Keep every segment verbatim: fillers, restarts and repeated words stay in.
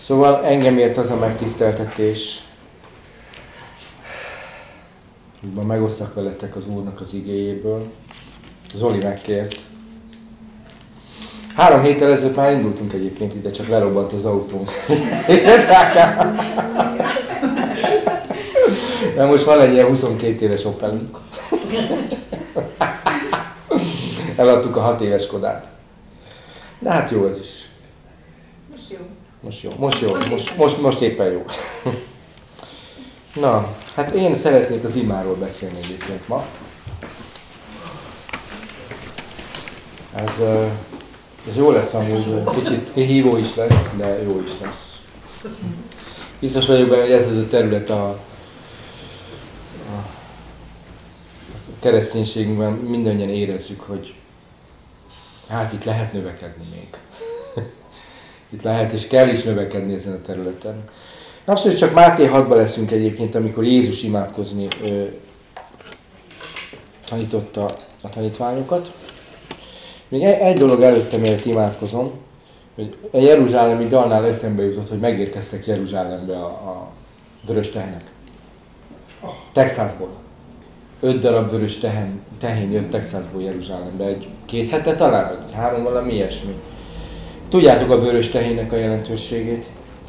Szóval engem ért az a megtiszteltetés, hogy ma megosszak veletek az Úrnak az igéjéből. Zoli megkért. Három héttel ezelőtt már indultunk egyébként ide, csak lerobbant az autón. De most van egy ilyen huszonkét éves Opelünk. Eladtuk a hat éves Kodát. De hát jó ez is. Most jó. Most jó, most jó, most, most, most éppen jó. Na, hát én szeretnék az imáról beszélni egyébként ma. Ez, ez jó lesz amúgy, kicsit hívó is lesz, de jó is lesz. Biztos vagyok benne, hogy ez az a terület a, a, a kereszténységünkben mindannyian érezzük, hogy hát itt lehet növekedni még. Itt lehet és kell is növekedni ezen a területen. Abszolút csak Máté hatban leszünk egyébként, amikor Jézus imádkozni ö, tanította a tanítványokat. Még egy, egy dolog előtte, mielőtt imádkozom, hogy a jeruzsálemi dalnál eszembe jutott, hogy megérkeztek Jeruzsálembe a, a vörös tehenek. Texasból. Öt darab vörös tehen, tehén jött Texasból Jeruzsálembe. Egy két hete talán, vagy három, valami ilyesmi. Tudjátok a vörös tehénnek a jelentőségét?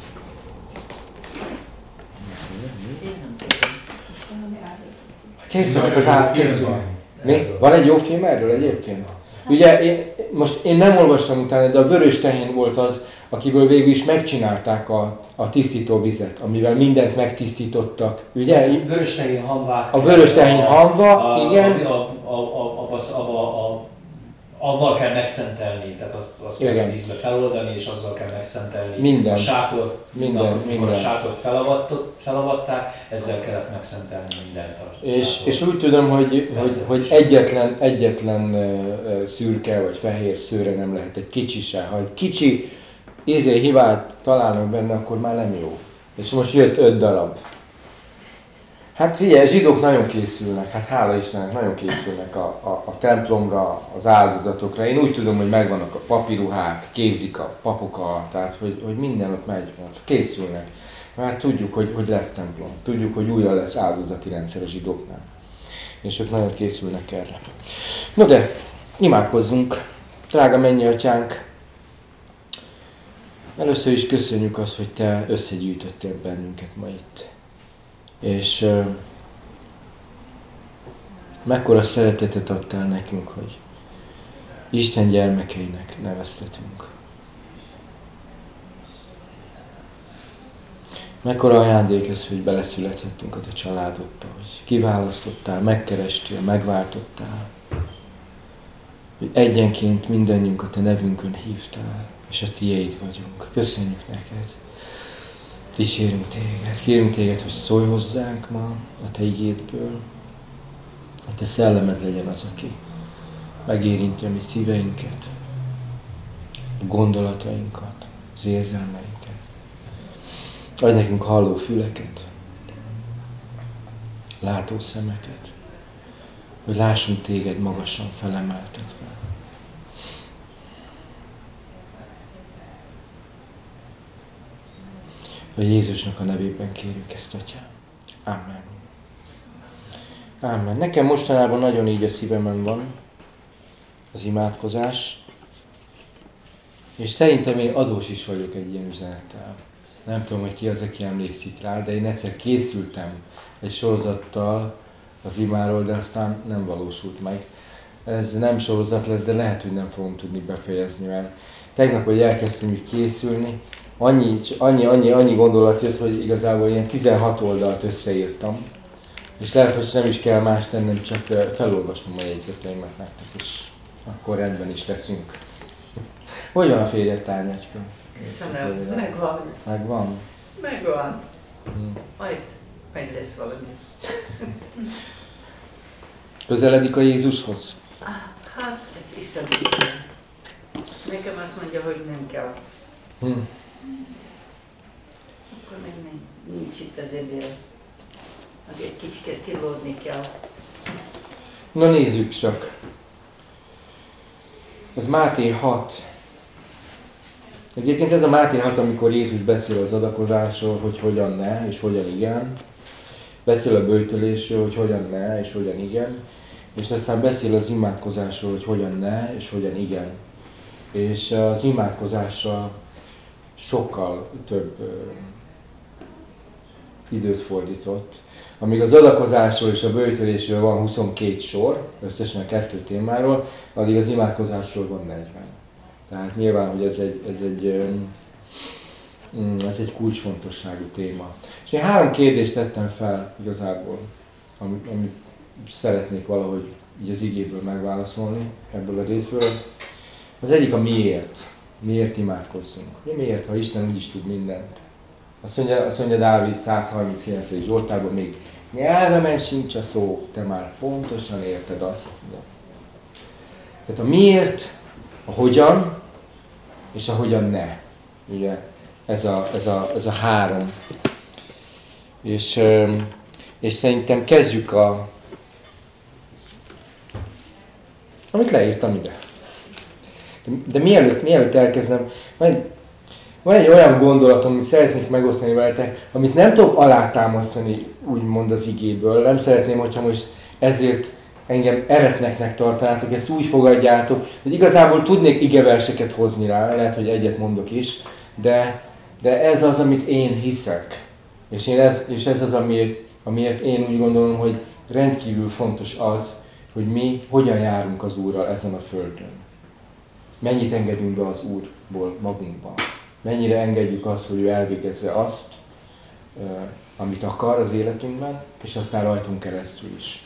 Készülnek az át, készülnek. Mi? Van egy jó film erről egyébként? Ugye, én, most én nem olvastam utána, de a vörös tehén volt az, akiből végül is megcsinálták a, a tisztító vizet, amivel mindent megtisztítottak. Ugye? A vörös tehén hamvát. A vörös tehén hamva, a, igen. A, a, a, a, a, a, avval kell megszentelni, tehát azt, azt kell a vízbe feloldani, és azzal kell megszentelni. Minden. A sátort, minden, amikor minden. a sátort felavatták, ezzel kellett megszentelni mindent. És, és úgy tudom, hogy, hogy, hogy egyetlen, egyetlen szürke vagy fehér szőre nem lehet, egy kicsi se. Ha egy kicsi ízé hibát találnak benne, akkor már nem jó. És most jött öt darab. Hát figyelj, zsidók nagyon készülnek, hát hála Istennek, nagyon készülnek a, a, a templomra, az áldozatokra. Én úgy tudom, hogy megvannak a papiruhák, képzik a papokat, tehát hogy, hogy minden ott megy, készülnek. Mert tudjuk, hogy, hogy lesz templom, tudjuk, hogy újra lesz áldozati rendszer a zsidóknál. És ők nagyon készülnek erre. No de, imádkozzunk, drága mennyi atyánk! Először is köszönjük azt, hogy te összegyűjtöttél bennünket ma itt. És uh, mekkora szeretetet adtál nekünk, hogy Isten gyermekeinek neveztetünk. Mekkora ajándék ez, hogy beleszülethettünk a te családodba, hogy kiválasztottál, megkerestél, megváltottál, hogy egyenként mindannyiunkat a nevünkön hívtál, és a tiéd vagyunk. Köszönjük neked! Dicsérünk téged, kérünk téged, hogy szólj hozzánk ma a te igédből, hogy te szellemed legyen az, aki megérinti a mi szíveinket, a gondolatainkat, az érzelmeinket. Adj nekünk halló füleket, látó szemeket, hogy lássunk téged magasan felemeltetve. Hogy Jézusnak a nevében kérjük ezt, Atyám. Amen. Amen. Nekem mostanában nagyon így a szívemen van az imádkozás, és szerintem én adós is vagyok egy ilyen üzenettel. Nem tudom, hogy ki az, aki emlékszik rá, de én egyszer készültem egy sorozattal az imáról, de aztán nem valósult meg. Ez nem sorozat lesz, de lehet, hogy nem fogom tudni befejezni, mert tegnap, hogy elkezdtem így készülni, Annyi, annyi, annyi, annyi gondolat jött, hogy igazából ilyen tizenhat oldalt összeírtam. És lehet, hogy nem is kell más tennem, csak felolvasnom a jegyzeteimet nektek, és akkor rendben is leszünk. Hogy van a férjed, Tányácska? Köszönöm, megvan. Megvan? Megvan. Hm. Majd, majd lesz valami. Közeledik a Jézushoz? Hát, ez Isten. Nekem azt mondja, hogy nem kell. Hm. Akkor meg nem, nincs itt az idő. Meg egy kicsit kilódni kell. Na nézzük csak. Ez Máté hat. Egyébként ez a Máté hat, amikor Jézus beszél az adakozásról, hogy hogyan ne, és hogyan igen. Beszél a böjtölésről, hogy hogyan ne, és hogyan igen. És aztán beszél az imádkozásról, hogy hogyan ne, és hogyan igen. És az imádkozásra sokkal több ö, időt fordított. Amíg az adakozásról és a böjtölésről van huszonkét sor, összesen a kettő témáról, addig az imádkozásról van negyven. Tehát nyilván, hogy ez egy, ez egy, ez egy kulcsfontosságú téma. És én három kérdést tettem fel igazából, amit, amit szeretnék valahogy így az igéből megválaszolni ebből a részből. Az egyik a miért. Miért imádkozzunk? Miért, ha Isten úgyis tud mindent? Azt mondja, azt mondja Dávid százharminckilencedik Zsoltárban, még nyelvemen sincs a szó, te már pontosan érted azt. Tehát a miért, a hogyan, és a hogyan ne. Ugye ez a, ez a, ez a három. És, és szerintem kezdjük a... amit leírtam ide. De, de mielőtt, mielőtt elkezdem, van egy, van egy olyan gondolatom, amit szeretnék megosztani veletek, amit nem tudok alátámasztani, úgymond az igéből. Nem szeretném, hogyha most ezért engem eretneknek tartanátok, ezt úgy fogadjátok, hogy igazából tudnék igeverseket hozni rá, lehet, hogy egyet mondok is, de, de ez az, amit én hiszek. És, én ez, és ez az, amiért, amiért én úgy gondolom, hogy rendkívül fontos az, hogy mi hogyan járunk az Úrral ezen a földön. Mennyit engedünk be az Úrból magunkban. Mennyire engedjük azt, hogy ő elvégezze azt, amit akar az életünkben, és aztán rajtunk keresztül is.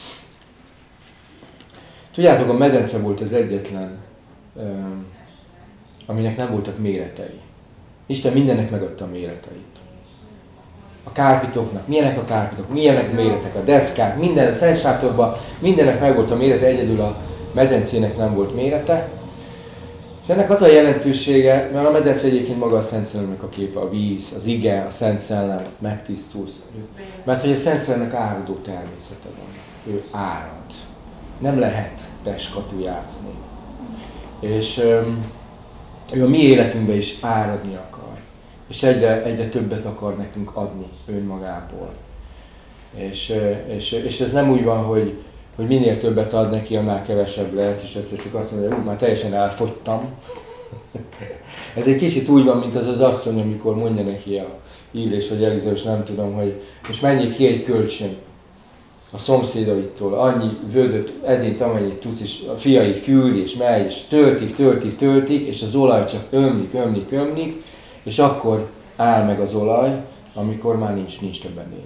Tudjátok, a medence volt az egyetlen, aminek nem voltak méretei. Isten mindennek megadta a méreteit. A kárpitoknak, milyenek a kárpitok, milyenek méretek, a deszkák, minden a Szent Sátorban, mindennek meg volt a mérete, egyedül a medencének nem volt mérete. És ennek az a jelentősége, mert a medence egyébként maga a Szent Szellemnek a képe, a víz, az ige, a Szent Szellem, megtisztulsz. Mert hogy a Szent Szellemnek áradó természete van. Ő árad. Nem lehet beskatujázni. És um, ő a mi életünkben is áradni akar. És egyre, egyre többet akar nekünk adni önmagából. És, és, és ez nem úgy van, hogy, hogy minél többet ad neki, annál kevesebb lesz, és ezt azt mondja, hogy úgy már teljesen elfogytam. Ez egy kicsit úgy van, mint az az asszony, amikor mondja neki a Illés vagy Eliza, és nem tudom, hogy most menjél ki egy kölcsön a szomszédaitól, annyi vödöt, edényt, amennyit tudsz, és a fiait küld, és megy, és töltik, töltik, töltik, és az olaj csak ömlik, ömlik, ömlik, és akkor áll meg az olaj, amikor már nincs, nincs több edény.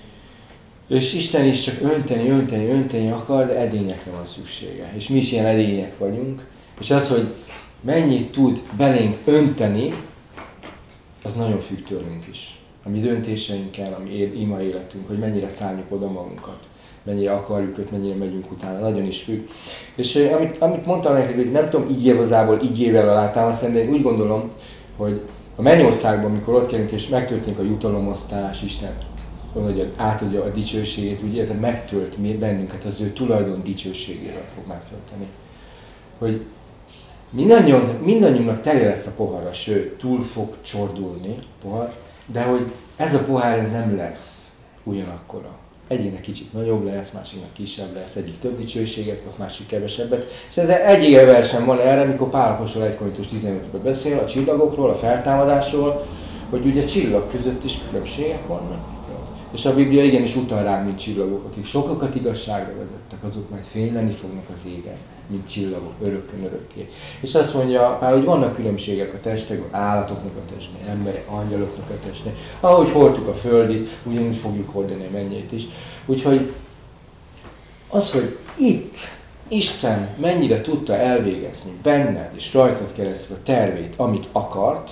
És Isten is csak önteni, önteni, önteni akar, de edényekre van szüksége. És mi is ilyen edények vagyunk. És az, hogy mennyit tud belénk önteni, az nagyon függ tőlünk is. A mi döntéseinkkel, a mi ima életünk, hogy mennyire szálljuk oda magunkat, mennyire akarjuk őt, mennyire megyünk utána, nagyon is függ. És amit, amit mondtam nektek, hogy nem tudom így igazából igével alátámasztani, de én úgy gondolom, hogy a mennyországban, amikor ott kerülünk és megtörténik a jutalomosztás, Isten hogy átadja a dicsőségét, úgy érted, megtölt bennünket, az ő tulajdon dicsőségével fog megtölteni. Hogy mindannyian, mindannyiunknak tele lesz a pohara, sőt, túl fog csordulni a pohar, de hogy ez a pohár ez nem lesz ugyanakkora. Egyiknek kicsit nagyobb lesz, másiknak kisebb lesz, egyik több dicsőséget kap, másik kevesebbet. És ez egy ige verseny van erre, mikor Pál apostol egy Korintus tizenötben beszél a csillagokról, a feltámadásról, hogy ugye csillag között is különbségek vannak. És a Biblia igenis utal rá, mint csillagok, akik sokakat igazságra vezettek, azok majd fényleni fognak az égen, mint csillagok, örökkön örökké. És azt mondja Pál, hogy vannak különbségek a testek, állatoknak a testnél, emberek, angyaloknak a testnél. Ahogy hordtuk a földit, ugyanúgy fogjuk hordani a mennyeit is. Úgyhogy az, hogy itt Isten mennyire tudta elvégezni benned és rajtad keresztül a tervét, amit akart,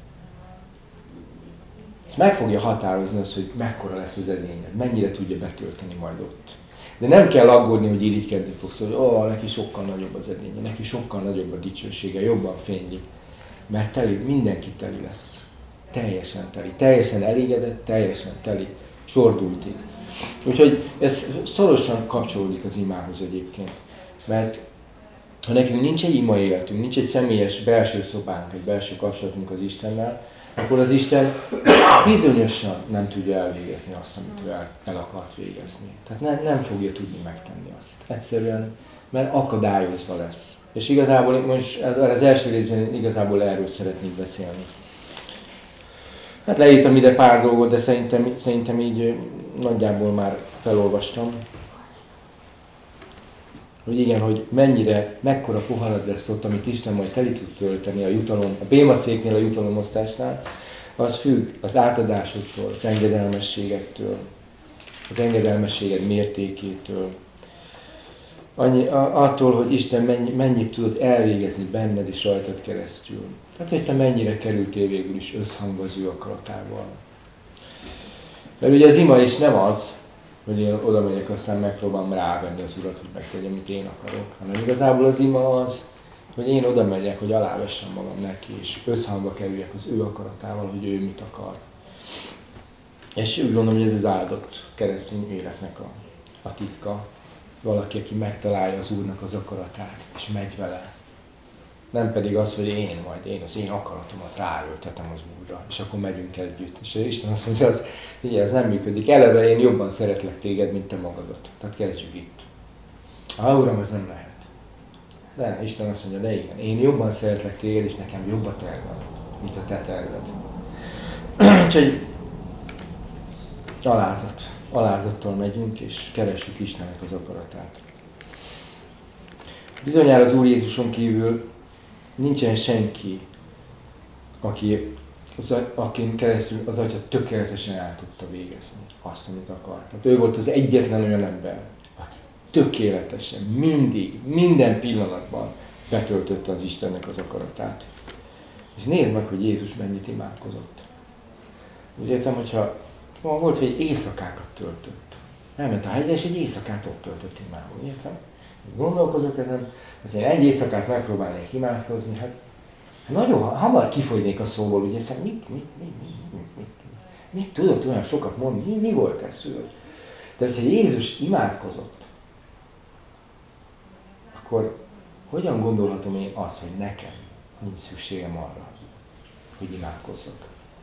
ez meg fogja határozni azt, hogy mekkora lesz az edényed, mennyire tudja betölteni majd ott. De nem kell aggódni, hogy irigykedni fogsz, hogy ó, neki sokkal nagyobb az edénye, neki sokkal nagyobb a dicsősége, jobban fénylik. Mert teli, mindenki teli lesz. Teljesen teli. Teljesen elégedett, teljesen teli. Csordultig. Úgyhogy ez szorosan kapcsolódik az imához egyébként. Mert ha nekünk nincs egy ima életünk, nincs egy személyes belső szobánk, egy belső kapcsolatunk az Istennel, akkor az Isten bizonyosan nem tudja elvégezni azt, amit ő el, el akart végezni. Tehát nem, nem fogja tudni megtenni azt. Egyszerűen, mert akadályozva lesz. És igazából most az első részben igazából erről szeretnék beszélni. Hát leírtam ide pár dolgot, de szerintem, szerintem így nagyjából már felolvastam. Hogy igen, hogy mennyire, mekkora poharad lesz ott, amit Isten majd teli tud tölteni a jutalom, a bémaszéknél, a jutalomosztásnál, az függ az átadásodtól, az engedelmességettől, az engedelmességed mértékétől, annyi, a, attól, hogy Isten mennyi, mennyit tudod elvégezni benned és rajtad keresztül. Hát, hogy te mennyire kerültél végül is összhangba az ő akaratával. Mert ugye az ima is nem az, hogy én oda megyek, aztán megpróbálom rávenni az Urat, hogy megtegyem, amit én akarok. Hanem igazából az ima az, hogy én oda megyek, hogy alávessem magam neki, és összhangba kerüljek az ő akaratával, hogy ő mit akar. És úgy gondolom, hogy ez az áldott keresztény életnek a, a titka. Valaki, aki megtalálja az Úrnak az akaratát, és megy vele. Nem pedig az, hogy én majd, én az én akaratomat ráöltetem az Úrra, és akkor megyünk együtt. És Isten azt mondja, az, ugye, ez nem működik. Eleve én jobban szeretlek téged, mint te magadat. Tehát kezdjük itt. Ah, Uram, ez nem lehet. De Isten azt mondja, de igen, én jobban szeretlek téged, és nekem jobb a tervem, mint a te terved. Úgyhogy alázat. Alázattal megyünk, és keressük Istennek az akaratát. Bizonyára az Úr Jézuson kívül nincsen senki, aki, az, akin keresztül az Atya tökéletesen el tudta végezni azt, amit akar. Tehát ő volt az egyetlen olyan ember, aki tökéletesen, mindig, minden pillanatban betöltötte az Istennek az akaratát. És nézd meg, hogy Jézus mennyit imádkozott. Úgy értem, hogyha volt, hogy éjszakákat töltött. Elment a hegyre, és egy éjszakát ott töltött imádkozni. Értem? Gondolkozok ezen, hogy én egy éjszakát megpróbálnék imádkozni, hát nagyon hamar kifogynék a szóból, úgy értem, mit, mit, mit, mit, mit, mit, mit tudott olyan sokat mondani, mi, mi volt ez, tudod? De hogyha Jézus imádkozott, akkor hogyan gondolhatom én azt, hogy nekem nincs szükségem arra, hogy imádkozzak?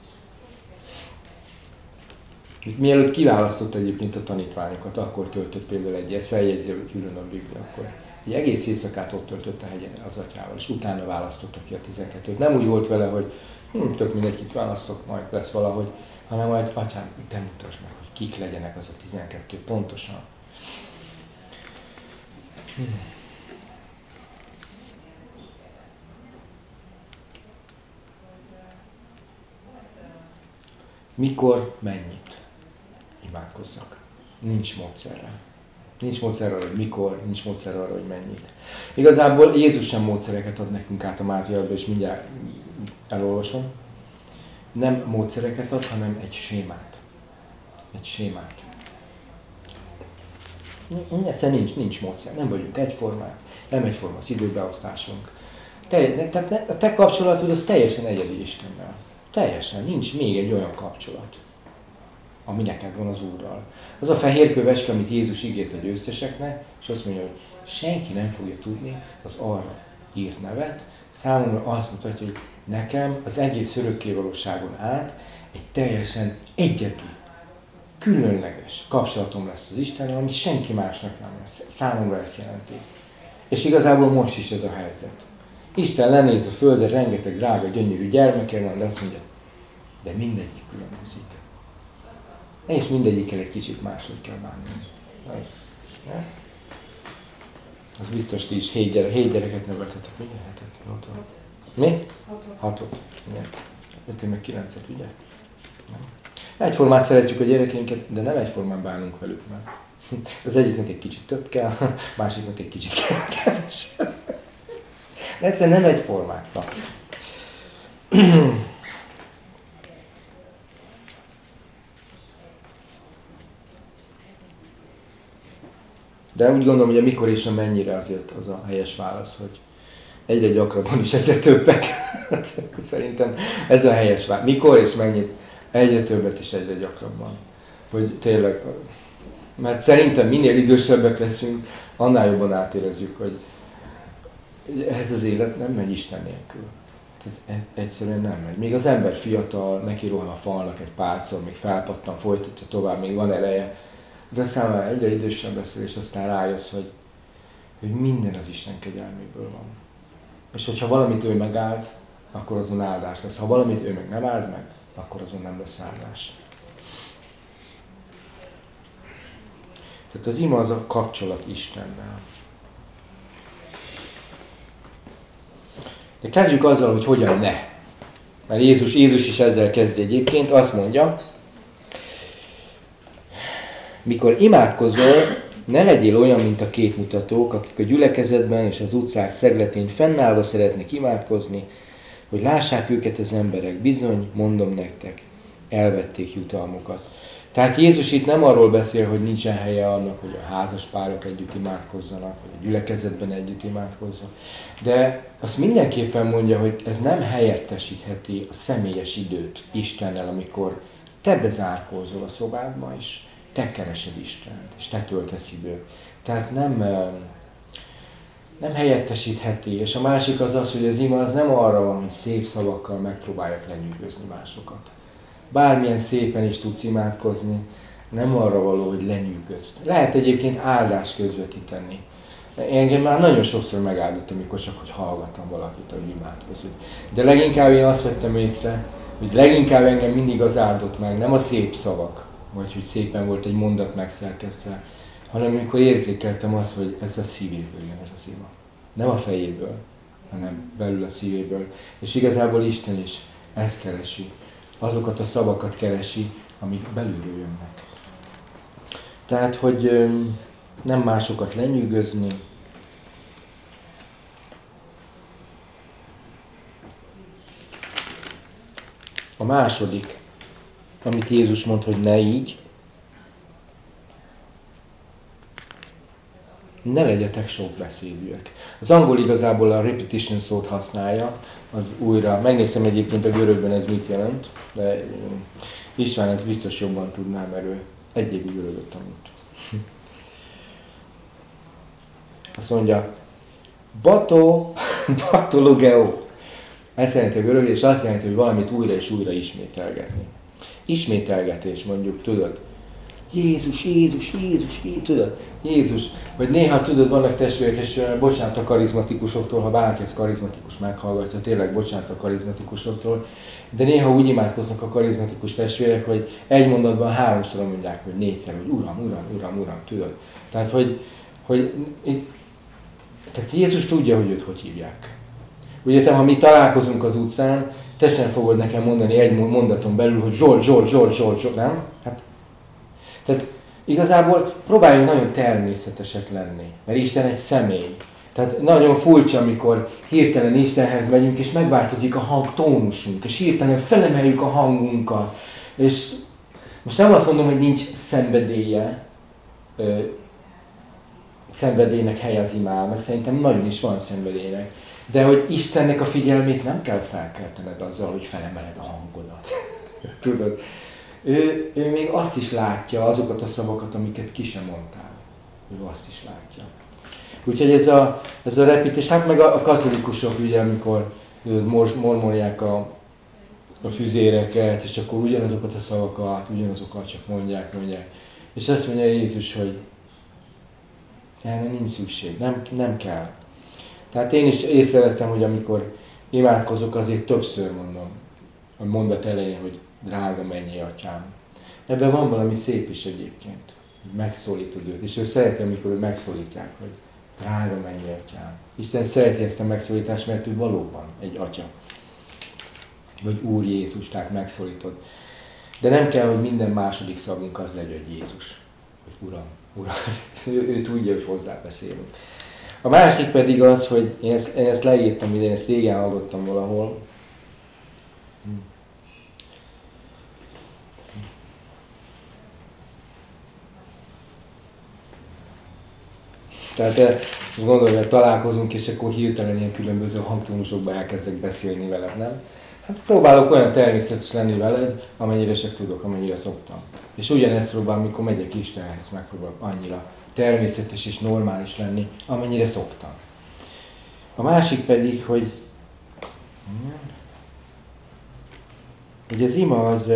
Mielőtt kiválasztott egyébként a tanítványokat, akkor töltött például egy, ezt feljegyzi külön a Biblia, akkor egy egész éjszakát ott töltött a hegyen az Atyával, és utána választotta ki a tizenkettőt. Nem úgy volt vele, hogy hm, tök mindenkit választok, majd lesz valahogy, hanem majd Atyám, te mutasd meg, hogy kik legyenek az a tizenkettő pontosan. Hm. Mikor, mennyit imádkozzak? Nincs módszerre. Nincs módszer arra, hogy mikor, nincs módszer arra, hogy mennyit. Igazából Jézus sem módszereket ad nekünk át a Mátéusba, és mindjárt elolvasom. Nem módszereket ad, hanem egy sémát. Egy sémát. Egyszerűen nincs, nincs módszer. Nem vagyunk egyformák, nem egyforma az időbeosztásunk. Te, te, te, a te kapcsolatod az teljesen egyedi Istennel. Teljesen, nincs még egy olyan kapcsolat, ami neked van az Úrral. Az a fehér köveske, amit Jézus ígért a győzteseknek, és azt mondja, hogy senki nem fogja tudni az arra írt nevet, számomra azt mutatja, hogy nekem az egész örökkévalóságon át egy teljesen egyedi, különleges kapcsolatom lesz az Istennel, ami senki másnak nem lesz. Számomra ezt jelenti. És igazából most is ez a helyzet. Isten lenéz a földre, rengeteg drága, gyönyörű gyermeke van, de azt mondja, de mindegyik különbözik. És mindegyikkel egy kicsit máshogy kell bánni. Az biztos, ti is hét, gyere, hét gyereket neveltetek, ugye? Hetet, mi? Hatot. Hatot. Igen. Ötén meg kilencet, ugye? Nem. Egyformán szeretjük a gyerekeinket, de nem egyformán bánunk velük, mert az egyiknek egy kicsit több kell, másiknak egy kicsit kevesebb. Egyszerűen nem egyformák. De úgy gondolom, hogy a mikor és a mennyire azért az a helyes válasz, hogy egyre gyakrabban is egyre többet. Szerintem ez a helyes válasz. Mikor és mennyit? Egyre többet és egyre gyakrabban. Hogy tényleg, mert szerintem minél idősebbek leszünk, annál jobban átérezzük, hogy Ez az élet nem megy Isten nélkül. Tehát egyszerűen nem megy. Még az ember fiatal, neki rohan a falnak egy párszor, még felpattan, folytatja tovább, még van ereje. De számára egyre idősebb leszel, és aztán rájössz, hogy, hogy minden az Isten kegyelméből van. És hogyha valamit ő megállt, akkor azon áldás lesz. Ha valamit ő meg nem áld meg, akkor azon nem lesz áldás. Tehát az ima az a kapcsolat Istennel. De kezdjük azzal, hogy hogyan ne. Mert Jézus, Jézus is ezzel kezdi egyébként, azt mondja, mikor imádkozol, ne legyél olyan, mint a képmutatók, akik a gyülekezetben és az utcák szegletén fennállva szeretnek imádkozni, hogy lássák őket az emberek. Bizony, mondom nektek, elvették jutalmukat. Tehát Jézus itt nem arról beszél, hogy nincsen helye annak, hogy a házas párok együtt imádkozzanak, vagy a gyülekezetben együtt imádkozzanak. De azt mindenképpen mondja, hogy ez nem helyettesítheti a személyes időt Istennel, amikor te bezárkózol a szobádba, és te keresed Istent, és te töltesz időt. Tehát nem, nem helyettesítheti. És a másik az az, hogy az ima az nem arra van, hogy szép szavakkal megpróbálják lenyűgözni másokat. Bármilyen szépen is tudsz imádkozni, nem arra való, hogy lenyűgözd. Lehet egyébként áldást közvetíteni. Engem már nagyon sokszor megáldott, amikor csak hogy hallgattam valakit, hogy imádkozik. De leginkább én azt vettem észre, hogy leginkább engem mindig az áldott meg, nem a szép szavak, vagy hogy szépen volt egy mondat megszerkesztve, hanem amikor érzékeltem azt, hogy ez a szívéből jön ez az ima. Nem a fejéből, hanem belül a szívéből. És igazából Isten is ezt keresi. Azokat a szavakat keresi, amik belülről jönnek. Tehát, hogy nem másokat lenyűgözni, a második, amit Jézus mond, hogy ne így, ne legyetek sok beszédűek. Az angol igazából a repetition szót használja, az újra, megnéztem egyébként a görögben ez mit jelent, de István ez biztos jobban tudná, mert ő egy évig görögöt tanult. Azt mondja, bato, batologeo. Ez jelenti a görög, és azt jelenti, hogy valamit újra és újra ismételgetni. Ismételgetés, mondjuk, tudod, Jézus, Jézus, Jézus, Jézus, tudod, Jézus. Vagy néha tudod, vannak testvérek, és bocsánat a karizmatikusoktól, ha bárki ez karizmatikus meghallgatja, tényleg bocsánat a karizmatikusoktól, de néha úgy imádkoznak a karizmatikus testvérek, hogy egy mondatban háromszor mondják, hogy négyszer, hogy Uram, Uram, Uram, Uram, tudod. Tehát, hogy, hogy tehát Jézus tudja, hogy őt hogy hívják. Ugye te, ha mi találkozunk az utcán, te sem fogod nekem mondani egy mondaton belül, hogy Zsolt, Zsolt, Zsolt, Zsolt, Zsolt, nem? Hát, tehát igazából próbáljunk nagyon természetesek lenni, mert Isten egy személy. Tehát nagyon furcsa, amikor hirtelen Istenhez megyünk, és megváltozik a hangtónusunk, és hirtelen felemeljük a hangunkat. És most nem azt mondom, hogy nincs szenvedélye, ö, szenvedélynek helye az imának, szerintem nagyon is van szenvedélynek. De hogy Istennek a figyelmét nem kell felkeltened azzal, hogy felemeled a hangodat. Tudod? Ő, ő még azt is látja, azokat a szavakat, amiket ki sem mondtál. Ő azt is látja. Úgyhogy ez a, ez a repítés, hát meg a, a katolikusok, ugye, amikor mormolják a, a füzéreket, és akkor ugyanazokat a szavakat, ugyanazokat csak mondják, mondják. És azt mondja Jézus, hogy erre nincs szükség, nem, nem kell. Tehát én is észrevettem, hogy amikor imádkozok, azért többször mondom a mondat elején, hogy drága mennyi atyám. Ebben van valami szép is egyébként, hogy megszólítod őt. És ő szereti, amikor ő megszólítják, hogy drága mennyi atyám. Isten szereti ezt a megszólítást, mert ő valóban egy atya. Vagy Úr Jézus, tehát megszólítod. De nem kell, hogy minden második szavunk az legyen, hogy Jézus. Hogy Uram, Uram. ő, ő tudja, hogy hozzá beszélünk. A másik pedig az, hogy én ezt, én ezt leírtam ide, én ezt régen hallottam valahol. Tehát most gondolom, hogy találkozunk, és akkor hirtelen ilyen különböző hangtónusokba elkezdek beszélni veled, nem? Hát próbálok olyan természetes lenni veled, amennyire csak tudok, amennyire szoktam. És ugyanezt próbálom, amikor megyek Istenhez, megpróbálok annyira természetes és normális lenni, amennyire szoktam. A másik pedig, hogy, hogy az ima az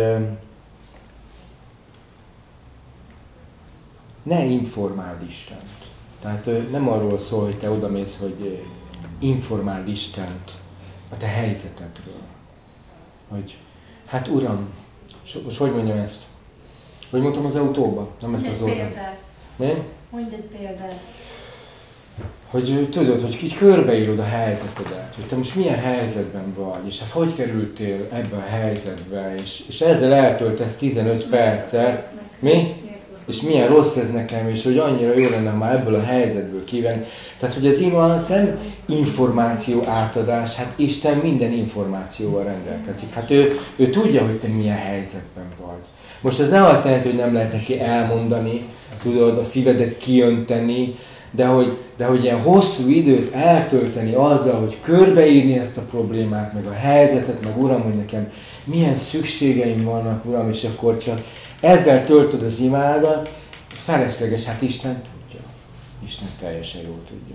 ne informál Istent. Tehát nem arról szól, hogy te odamész, hogy informál Istent a te helyzetedről. Hogy hát Uram, most hogy mondjam ezt? Hogy mondtam az autóba? Nem ezt az oldalt. Mi? Mondj egy példát. Hogy tudod, hogy így körbeírod a helyzetedet, hogy te most milyen helyzetben vagy, és hát hogy kerültél ebbe a helyzetbe, és, és ezzel eltöltesz tizenöt percet, mi? És milyen rossz ez nekem, és hogy annyira jó lenne már ebből a helyzetből kivenni. Tehát, hogy az ima nem információ átadás, hát Isten minden információval rendelkezik. Hát ő, ő tudja, hogy te milyen helyzetben vagy. Most ez nem azt jelenti, hogy nem lehet neki elmondani, tudod, a szívedet kiönteni, de hogy, de hogy ilyen hosszú időt eltölteni azzal, hogy körbeírni ezt a problémát, meg a helyzetet, meg Uram, hogy nekem milyen szükségeim vannak, Uram, és akkor csak ezzel töltöd az imádat, felesleges, hát Isten tudja. Isten teljesen jól tudja.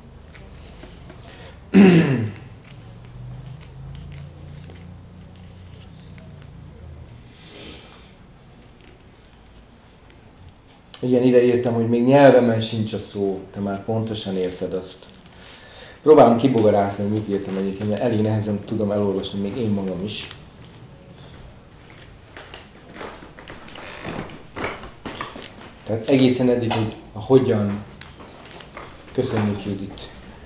Igen, ide írtam, hogy még nyelvemen sincs a szó, te már pontosan érted azt. Próbálom kibogarászni, hogy mit írtam egyébként, mert elég nehezen tudom elolvasni, még én magam is. Tehát egészen eddig, hogy a hogyan. Köszönjük, Judit.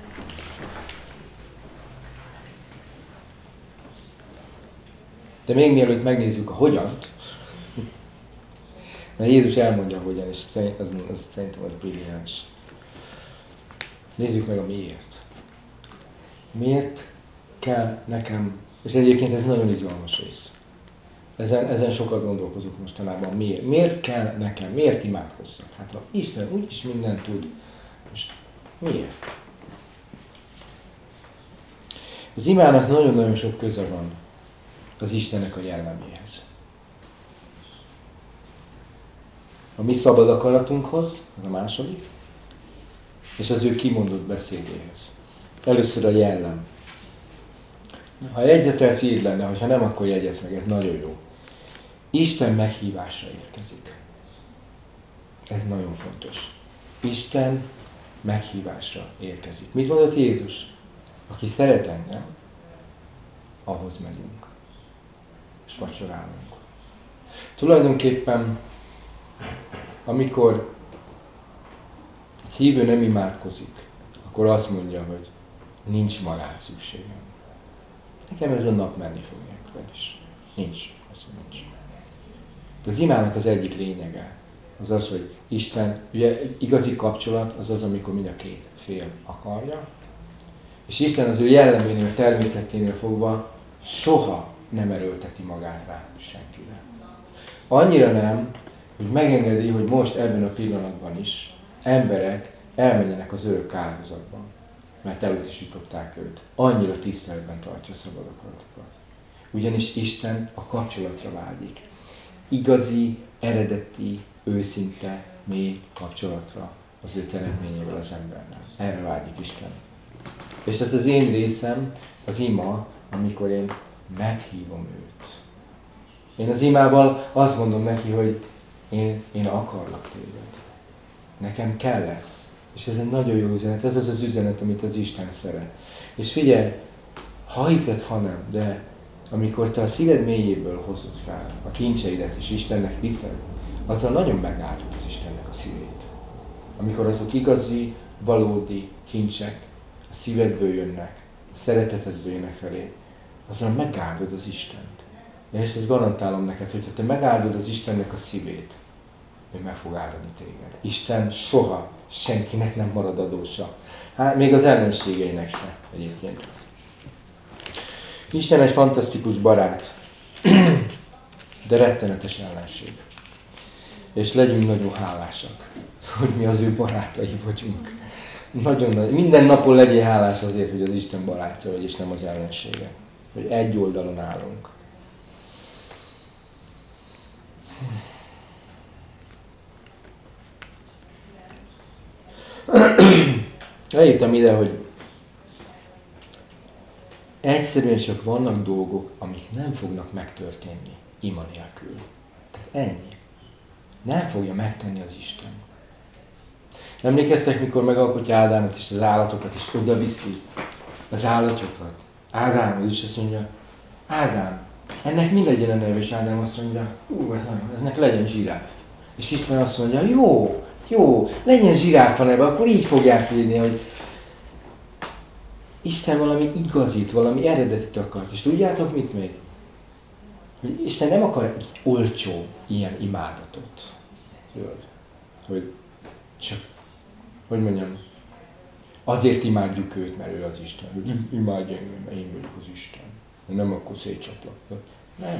De még mielőtt megnézzük a hogyant, mert Jézus elmondja, hogyan, és ez, ez szerintem az brilliáns. Nézzük meg a miért. Miért kell nekem, és egyébként ez nagyon izgalmas rész. Ezen, ezen sokat gondolkozunk mostanában. Miért? Miért kell nekem? Miért imádkozzak? Hát ha Isten úgyis mindent tud, most miért? Az imának nagyon-nagyon sok köze van az Istennek a jelleméhez. A mi szabad akaratunkhoz, az a második, és az ő kimondott beszédéhez. Először a jellem. Ha jegyzetelsz, írd lenne, hogyha nem, akkor jegyezd meg, ez nagyon jó. Isten meghívásra érkezik. Ez nagyon fontos. Isten meghívásra érkezik. Mit mondott Jézus? Aki szeret engem, ahhoz megyünk. És vacsorálunk. Tulajdonképpen, amikor egy hívő nem imádkozik, akkor azt mondja, hogy nincs ma rá szükségem. Nekem ez a nap menni fog nélküled is. Nincs. Az nincs. De az imának az egyik lényege az az, hogy Isten, ugye egy igazi kapcsolat az az, amikor mind a két fél akarja, és Isten az ő jelleménél, természeténél fogva soha nem erőlteti magát rá senkire. Annyira nem, hogy megengedi, hogy most ebben a pillanatban is emberek elmenjenek az örök kárhozatban, mert elutasították őt. Annyira tiszteletben tartja a szabad akaratokat. Ugyanis Isten a kapcsolatra vágyik. Igazi, eredeti, őszinte, mély kapcsolatra az ő teremtményével az emberrel. Erre vágyik Isten. És ez az én részem, az ima, amikor én meghívom őt. Én az imával azt mondom neki, hogy én, én akarlak téged. Nekem kell lesz. És ez egy nagyon jó üzenet. Ez az az üzenet, amit az Isten szeret. És figyelj, ha hiszed, ha nem, de amikor te a szíved mélyéből hozod fel a kincseidet, és Istennek viszed, azzal nagyon megáldod az Istennek a szívét. Amikor azok igazi, valódi kincsek a szívedből jönnek, a szeretetedből jönnek felé, azzal megáldod az Istent. És ezt garantálom neked, hogy ha te megáldod az Istennek a szívét, ő meg fog áldani téged. Isten soha senkinek nem marad adósa. Hát még az ellenségeinek se egyébként. Isten egy fantasztikus barát, de rettenetes ellenség. És legyünk nagyon hálásak, hogy mi az ő barátai vagyunk. Nagyon nagy. Minden napon legyél hálás azért, hogy az Isten barátja vagy, és nem az ellensége. Hogy egy oldalon állunk. Leírtam ide, hogy Egyszerűen csak vannak dolgok, amik nem fognak megtörténni ima nélkül. Tehát ennyi. Nem fogja megtenni az Isten. Emlékeztek, mikor megalkotja Ádámot és az állatokat, és oda viszi az állatokat Ádámhoz, és azt mondja, Ádám, ennek mi legyen a neve? És Ádám azt mondja, ú, ez nagyon, eznek legyen zsiráf. És Isten azt mondja, jó, jó, legyen zsiráf a neve, akkor így fogják hívni, hogy Isten valami igazit, valami eredetit akart. És tudjátok mit még? Hogy Isten nem akar egy olcsó ilyen imádatot. Tudod? Hogy csak, hogy mondjam, azért imádjuk őt, mert ő az Isten. Hogy imádj engem, mert én vagyok az Isten. Nem, akkor szétcsaplak. Nem.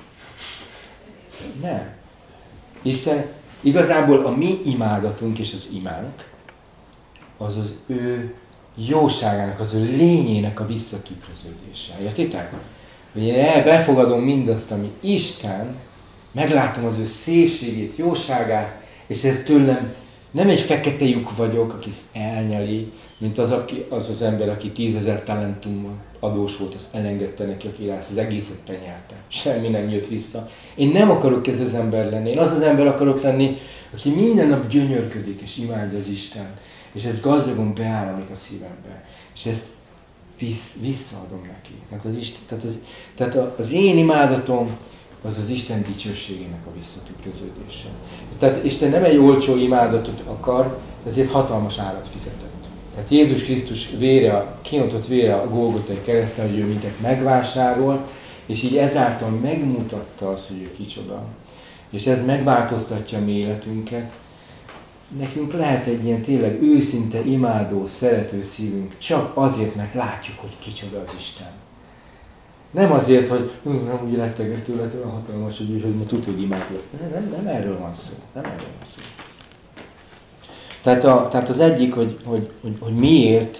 Nem. Isten igazából a mi imádatunk és az imánk az az ő jóságának, az ő lényének a visszatükröződése. Értitek? Hogy én befogadom mindazt, ami Isten, meglátom az ő szépségét, jóságát, és ez tőlem nem egy fekete lyuk vagyok, aki ezt elnyeli, mint az, aki, az az ember, aki tízezer talentummal adós volt, azt elengedte neki, aki az egészet penyelte. Semmi nem jött vissza. Én nem akarok ez az ember lenni. Én az az ember akarok lenni, aki minden nap gyönyörködik és imádja az Isten. És ez gazdagon beáramlik a szívembe. És ezt visz, visszaadom neki. Tehát az, Isten, tehát, az, tehát az én imádatom az az Isten dicsőségének a visszatükröződése. Tehát Isten nem egy olcsó imádatot akar, ezért hatalmas árat fizetett. Tehát Jézus Krisztus vére, kiontott vére a Golgotai kereszten, hogy ő minket megvásárol, és így ezáltal megmutatta azt, hogy ő kicsoda. És ez megváltoztatja a mi életünket. Nekünk lehet egy ilyen tényleg őszinte, imádó, szerető szívünk, csak azért, mert látjuk, hogy kicsoda az Isten. Nem azért, hogy nem úgy rettegek tőle, olyan hatalmas, hogy, hogy ma tud, hogy imádok. Nem, nem, nem erről van szó. Nem erről van szó. Tehát, a, tehát az egyik, hogy, hogy, hogy, hogy miért,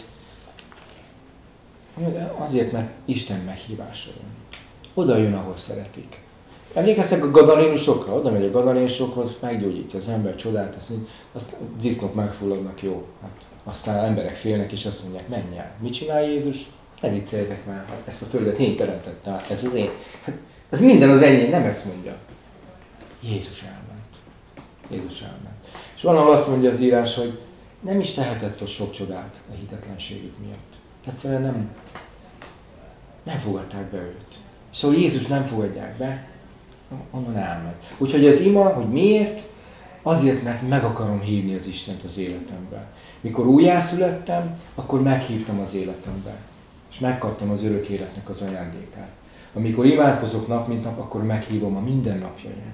azért, mert Isten meghívása jön. Oda jön, ahol szeretik. Emlékeztek a gadarénusokra? Oda megy a gadarénusokhoz, meggyógyítja az ember, csodát, azt, azt disznók megfulladnak, jó. Hát aztán emberek félnek, és azt mondják, menj el. Mit csinál Jézus? Ne vicceljetek már, ezt a földet én teremtettem, ez az én. Hát ez minden az enyém, nem ezt mondja. Jézus elment. Jézus elment. És valahol azt mondja az írás, hogy nem is tehetett ott sok csodát a hitetlenségük miatt. Egyszerűen nem, nem fogadták be őt. Szóval Jézus nem fogadják be, onnan elmegy. Úgyhogy az ima, hogy miért? Azért, mert meg akarom hívni az Istent az életembe. Mikor újjászülettem, akkor meghívtam az életembe. És megkaptam az örök életnek az ajándékát. Amikor imádkozok nap mint nap, akkor meghívom a mindennapjaim.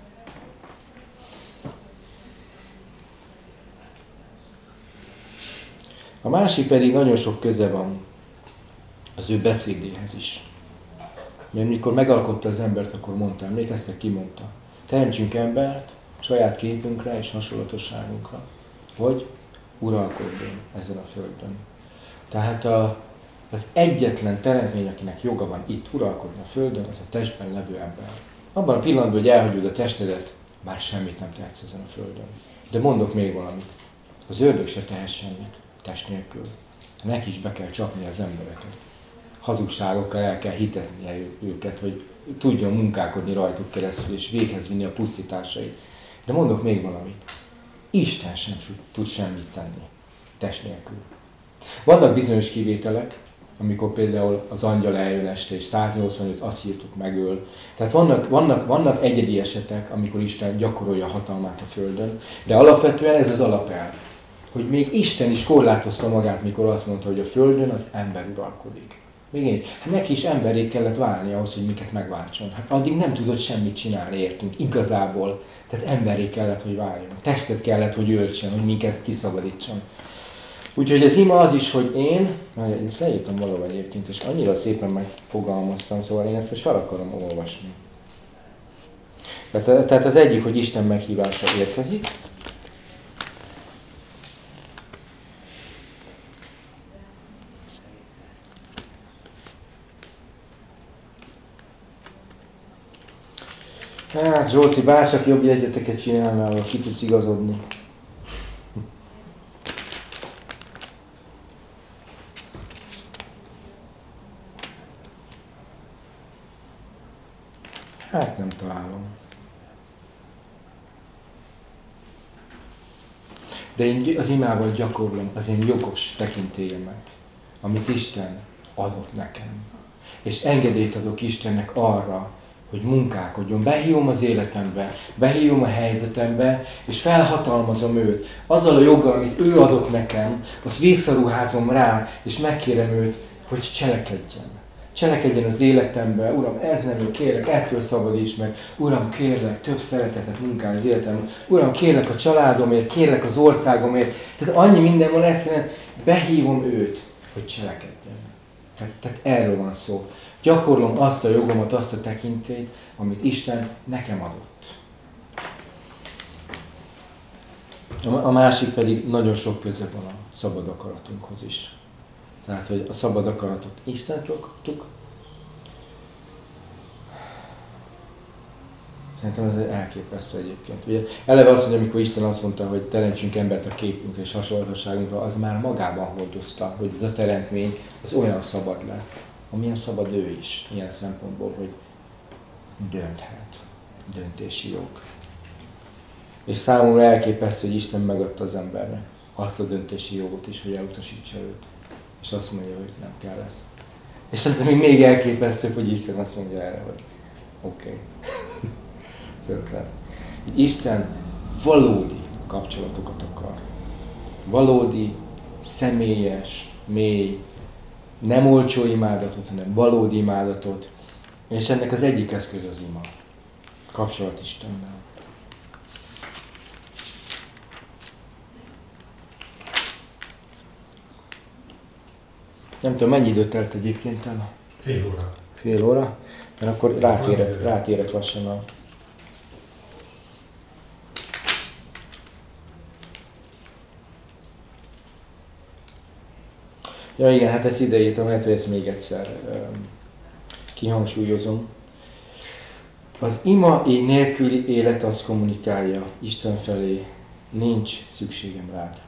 A másik pedig nagyon sok köze van az ő beszédéhez is. Mert mikor megalkotta az embert, akkor mondta, emlékeztek, ki mondta? Teremtsünk embert saját képünkre és hasonlatosságunkra, hogy uralkodjon ezen a földön. Tehát a, az egyetlen teremtmény, akinek joga van itt uralkodni a földön, az a testben levő ember. Abban a pillanatban, hogy elhagyod a testedet, már semmit nem tehetsz ezen a földön. De mondok még valamit. Az ördög se tehet semmit test nélkül. Neki is be kell csapni az embereket. Hazugságokkal el kell hitetnie őket, hogy tudjon munkálkodni rajtuk keresztül, és véghez vinni a pusztításait. De mondok még valamit. Isten sem tud semmit tenni test nélkül. Vannak bizonyos kivételek, amikor például az angyal eljön este, és száznyolcvanöt asszírtot megöl. Tehát vannak, vannak, vannak egyedi esetek, amikor Isten gyakorolja a hatalmát a földön, de alapvetően ez az alapelv, hogy még Isten is korlátozta magát, mikor azt mondta, hogy a földön az ember uralkodik. Még én, hát neki is emberré kellett válni ahhoz, hogy minket megváltson. Hát addig nem tudott semmit csinálni, értünk, igazából. Tehát emberré kellett, hogy váljon. Testet kellett, hogy öltsön, hogy minket kiszabadítson. Úgyhogy az ima az is, hogy én, majd ezt leírtam valahol egyébként, és annyira szépen megfogalmaztam, szóval én ezt most fel akarom olvasni. Tehát, tehát az egyik, hogy Isten meghívása érkezik. Hát Zsolti, bárcsak jobb jegyzeteket csinálnál, hogy ki tudsz igazodni. Hát nem találom. De én az imával gyakorlom az én jogos tekintélyemet, amit Isten adott nekem. És engedélyt adok Istennek arra, hogy munkálkodjon. Behívom az életembe, behívom a helyzetembe, és felhatalmazom őt. Azzal a joggal, amit ő adott nekem, azt visszaruházom rá, és megkérem őt, hogy cselekedjen. Cselekedjen az életembe. Uram, ez nem jó, kérlek, ettől szabadíts meg. Uram, kérlek, több szeretetet munkálj az életemben. Uram, kérlek a családomért, kérlek az országomért. Tehát annyi minden van, egyszerűen behívom őt, hogy cselekedjen. Tehát, tehát erről van szó. Gyakorlom azt a jogomat, azt a tekintélyt, amit Isten nekem adott. A másik pedig nagyon sok köze van a szabad akaratunkhoz is. Tehát, hogy a szabad akaratot Istentől kaptuk. Szerintem ez elképesztő egyébként. Ugye eleve az, hogy amikor Isten azt mondta, hogy teremtsünk embert a képünkre és hasonlatosságunkra, az már magában hordozta, hogy ez a teremtmény az olyan szabad lesz, amilyen szabad ő is, ilyen szempontból, hogy dönthet. Döntési jog. És számomra elképesztő, hogy Isten megadta az embernek azt a döntési jogot is, hogy elutasítsa őt. És azt mondja, hogy nem kell lesz. És ez még még elképesztőbb, hogy Isten azt mondja erre, hogy oké. Okay. Szóval, hogy Isten valódi kapcsolatokat akar. Valódi, személyes, mély, nem olcsó imádatot, hanem valódi imádatot. És ennek az egyik eszköz az ima. Kapcsolat Istennel. Nem tudom, mennyi időt telt egyébként el? Fél óra. Fél óra? Mert akkor rátérek, rátérek lassan a... Ja igen, hát ezt ideírtam, lehet, hogy ezt még egyszer um, kihangsúlyozom. Az ima így nélküli élet azt kommunikálja Isten felé, nincs szükségem rád.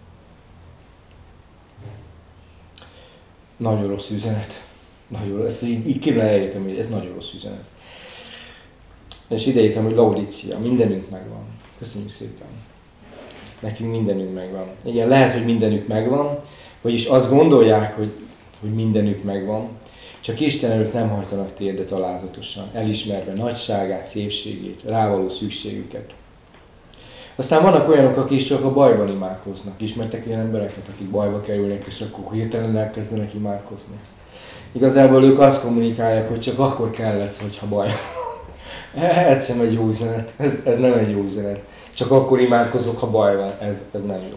Nagyon rossz üzenet. Nagyon rossz. Így, így kéne elértem, hogy ez nagyon rossz üzenet. És ideírtam, hogy Laudícia, mindenünk megvan. Köszönjük szépen. Nekünk mindenünk megvan. Igen, lehet, hogy mindenük megvan, vagyis azt gondolják, hogy, hogy mindenük megvan, csak Isten előtt nem hajtanak térdet alázatosan, elismerve nagyságát, szépségét, rávaló szükségüket. Aztán vannak olyanok, akik is csak a bajban imádkoznak. Ismertek ilyen embereket, akik bajba kerülnek, és akkor hirtelen elkezdenek imádkozni. Igazából ők azt kommunikálják, hogy csak akkor kell lesz, hogyha baj van. Ez sem egy jó üzenet. Ez, ez nem egy jó üzenet. Csak akkor imádkozok, ha baj van. Ez, ez nem jó.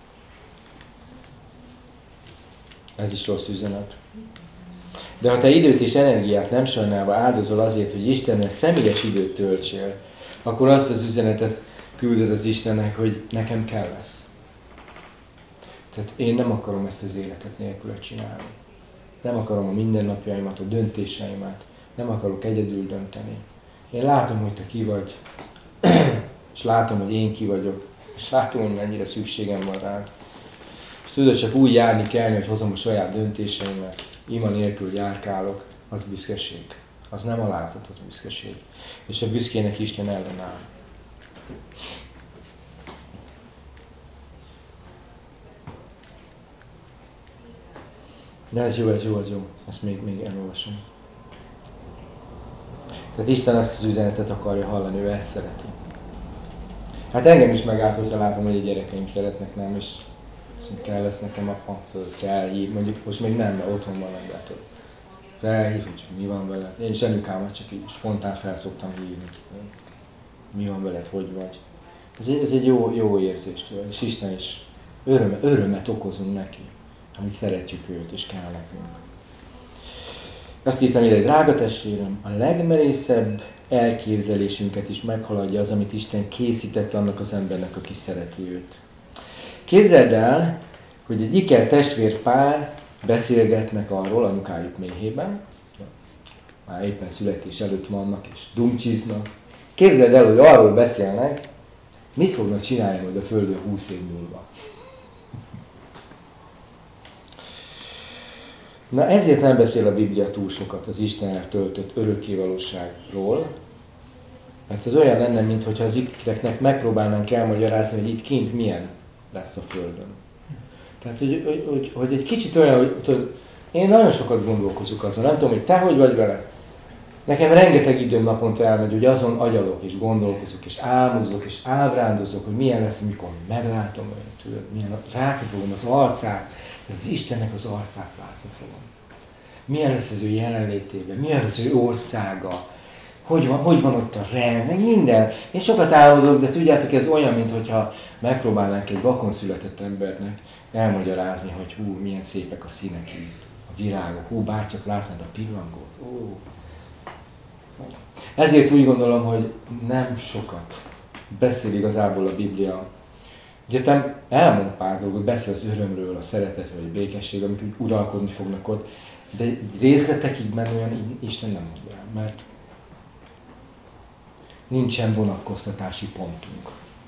Ez is rossz üzenet. De ha te időt és energiát nem sajnálva áldozol azért, hogy Istennel személyes időt töltsél, akkor azt az üzenetet küldöd az Istennek, hogy nekem kell lesz. Tehát én nem akarom ezt az életet nélküle csinálni. Nem akarom a mindennapjaimat, a döntéseimet. Nem akarok egyedül dönteni. Én látom, hogy te ki vagy, és látom, hogy én ki vagyok, és látom, hogy mennyire szükségem van rád. És tudod, csak úgy járni kell, hogy hozom a saját döntéseimet, ima nélkül járkálok, az büszkeség. Az nem alázat, az büszkeség. És a büszkének Isten ellenáll. De ez jó, ez jó, ez jó. Ezt még, még elolvasom. Tehát Isten ezt az üzenetet akarja hallani, ő ezt szereti. Hát engem is megállt, hogyha látom, hogy a gyerekeim szeretnek, nem, és kell lesz nekem apa, felhív, mondjuk most még nem, de otthon van embertől. Felhív, hogy mi van veled. Én is anyukámat csak így spontán felszoktam hívni. Mi van veled, hogy vagy. Ez egy, ez egy jó, jó érzés tőle, és Isten is örömet, örömet okozunk neki, amit szeretjük őt, és kell nekünk. Azt írtam ide, drága testvérem, a legmerészebb elképzelésünket is meghaladja az, amit Isten készített annak az embernek, aki szereti őt. Képzeld el, hogy egy iker testvérpár beszélgetnek arról anyukájuk méhében, már éppen születés előtt vannak és dumcsiznak. Képzeld el, hogy arról beszélnek, mit fognak csinálni majd a Földön húsz év múlva. Na ezért nem beszél a Biblia túl sokat az Istennel töltött örökkévalóságról, Mert az olyan lenne, mintha az ittreknek megpróbálnánk elmagyarázni, hogy itt kint milyen lesz a Földön. Tehát, hogy, hogy, hogy, hogy egy kicsit olyan, hogy tudod, én nagyon sokat gondolkozok azon, nem tudom, hogy te hogy vagy vele. Nekem rengeteg időm naponta elmegy, hogy azon agyalok, és gondolkozok, és álmodozok, és ábrándozok, hogy milyen lesz, amikor meglátom őt, tudod, milyen, látni fogom az arcát, tehát az Istennek az arcát látni fogom. Milyen lesz az ő jelenlétében, milyen lesz az ő országa, hogy van, hogy van ott a rend, meg minden. Én sokat álmodok, de tudjátok, ez olyan, mintha megpróbálnánk egy vakon született embernek elmagyarázni, hogy hú, milyen szépek a színek itt, a virágok, hú, bárcsak látnád a pillangót, ó. Ezért úgy gondolom, hogy nem sokat beszél igazából a Biblia. Egyetem elmond pár dolgot, beszél az örömről, a szeretetről, a békességről, amik úgy uralkodni fognak ott, de részletekig menően Isten nem mondja el, mert nincsen vonatkoztatási pontunk.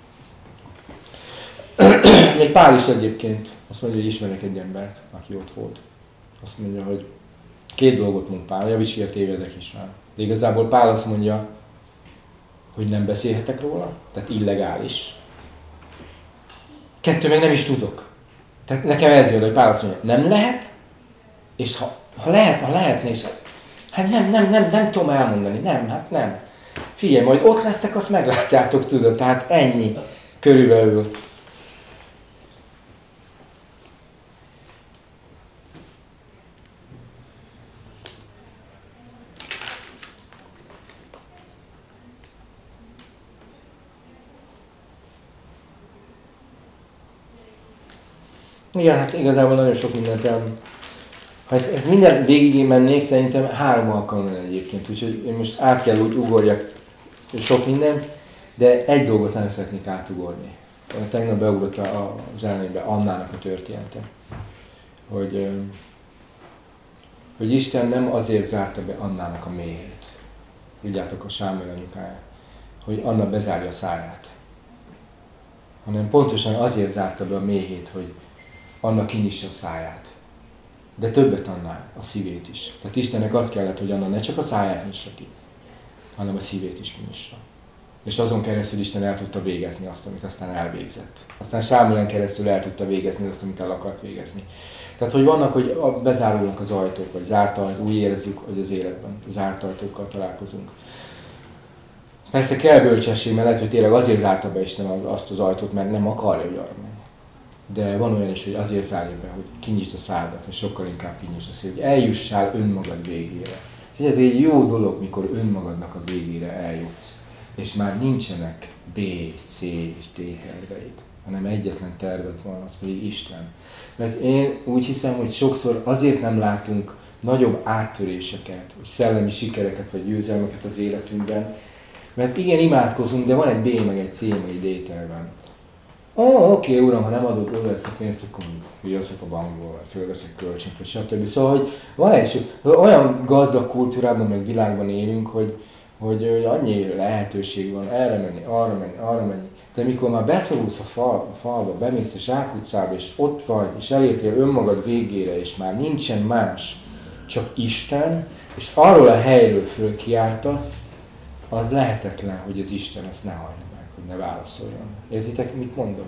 Még Pál is egyébként azt mondja, hogy ismerek egy embert, aki ott volt. Azt mondja, hogy két dolgot mond Pál, javíts ki, a tévedek is már. De igazából Pál azt mondja, hogy nem beszélhetek róla, tehát illegális. Kettő, meg nem is tudok. Tehát nekem ez jön, hogy Pál azt mondja, nem lehet, és ha, ha lehet, ha lehetne, és hát nem, nem, nem, nem tudom elmondani, nem, hát nem. Figyelj, majd ott leszek, azt meglátjátok, tudod, tehát ennyi körülbelül. Igen, hát igazából nagyon sok mindent el... Ha ez, ez minden végig mennék, szerintem három alkalom lenne egyébként, úgyhogy én most át kell úgy ugorjak sok mindent, de egy dolgot nem szeretnék átugorni. Tegnap beugrott az elmébe Annának a története. Hogy, hogy Isten nem azért zárta be Annának a méhét, tudjátok, a Sámuel anyukáját, hogy Anna bezárja a száját, hanem pontosan azért zárta be a méhét, hogy Anna kinyissa a száját. De többet annál, a szívét is. Tehát Istennek az kellett, hogy Anna ne csak a száját nyissa ki, hanem a szívét is kinyissa. És azon keresztül Isten el tudta végezni azt, amit aztán elvégzett. Aztán Sámuelen keresztül el tudta végezni azt, amit el akart végezni. Tehát, hogy vannak, hogy bezárulnak az ajtók, vagy zárt ajtók, úgy érezzük, hogy az életben zárt ajtókkal találkozunk. Persze kell bölcsesség, mert lehet, hogy tényleg azért zárta be Isten azt az ajtót, mert nem akarja, hogy arra menj. De van olyan is, hogy azért zárja be, hogy kinyisd a szádat, és sokkal inkább kinyisd a szív, hogy eljussál önmagad végére. És ez egy jó dolog, mikor önmagadnak a végére eljutsz, és már nincsenek B, C és D terveid, hanem egyetlen terved van, az pedig Isten. Mert én úgy hiszem, hogy sokszor azért nem látunk nagyobb áttöréseket, vagy szellemi sikereket, vagy győzelmeket az életünkben, mert igen, imádkozunk, de van egy B, meg egy C, meg egy D tervem. Ó, oh, oké, okay, uram, ha nem adod oda ezt a pénzt, akkor jösszek a bankból, vagy fölveszek kölcsönt, vagy stb. Szóval, hogy van egy olyan gazdag kultúrában, meg világban élünk, hogy, hogy, hogy annyi lehetőség van erre menni, arra menni, arra menni. De mikor már beszorulsz a, fal, a falba, bemész a zsákutcába, és ott vagy, és elértél önmagad végére, és már nincsen más, csak Isten, és arról a helyről fölkiáltasz, az lehetetlen, hogy az Isten ezt ne hagyja meg, hogy ne válaszoljon. Értitek, mit mondok?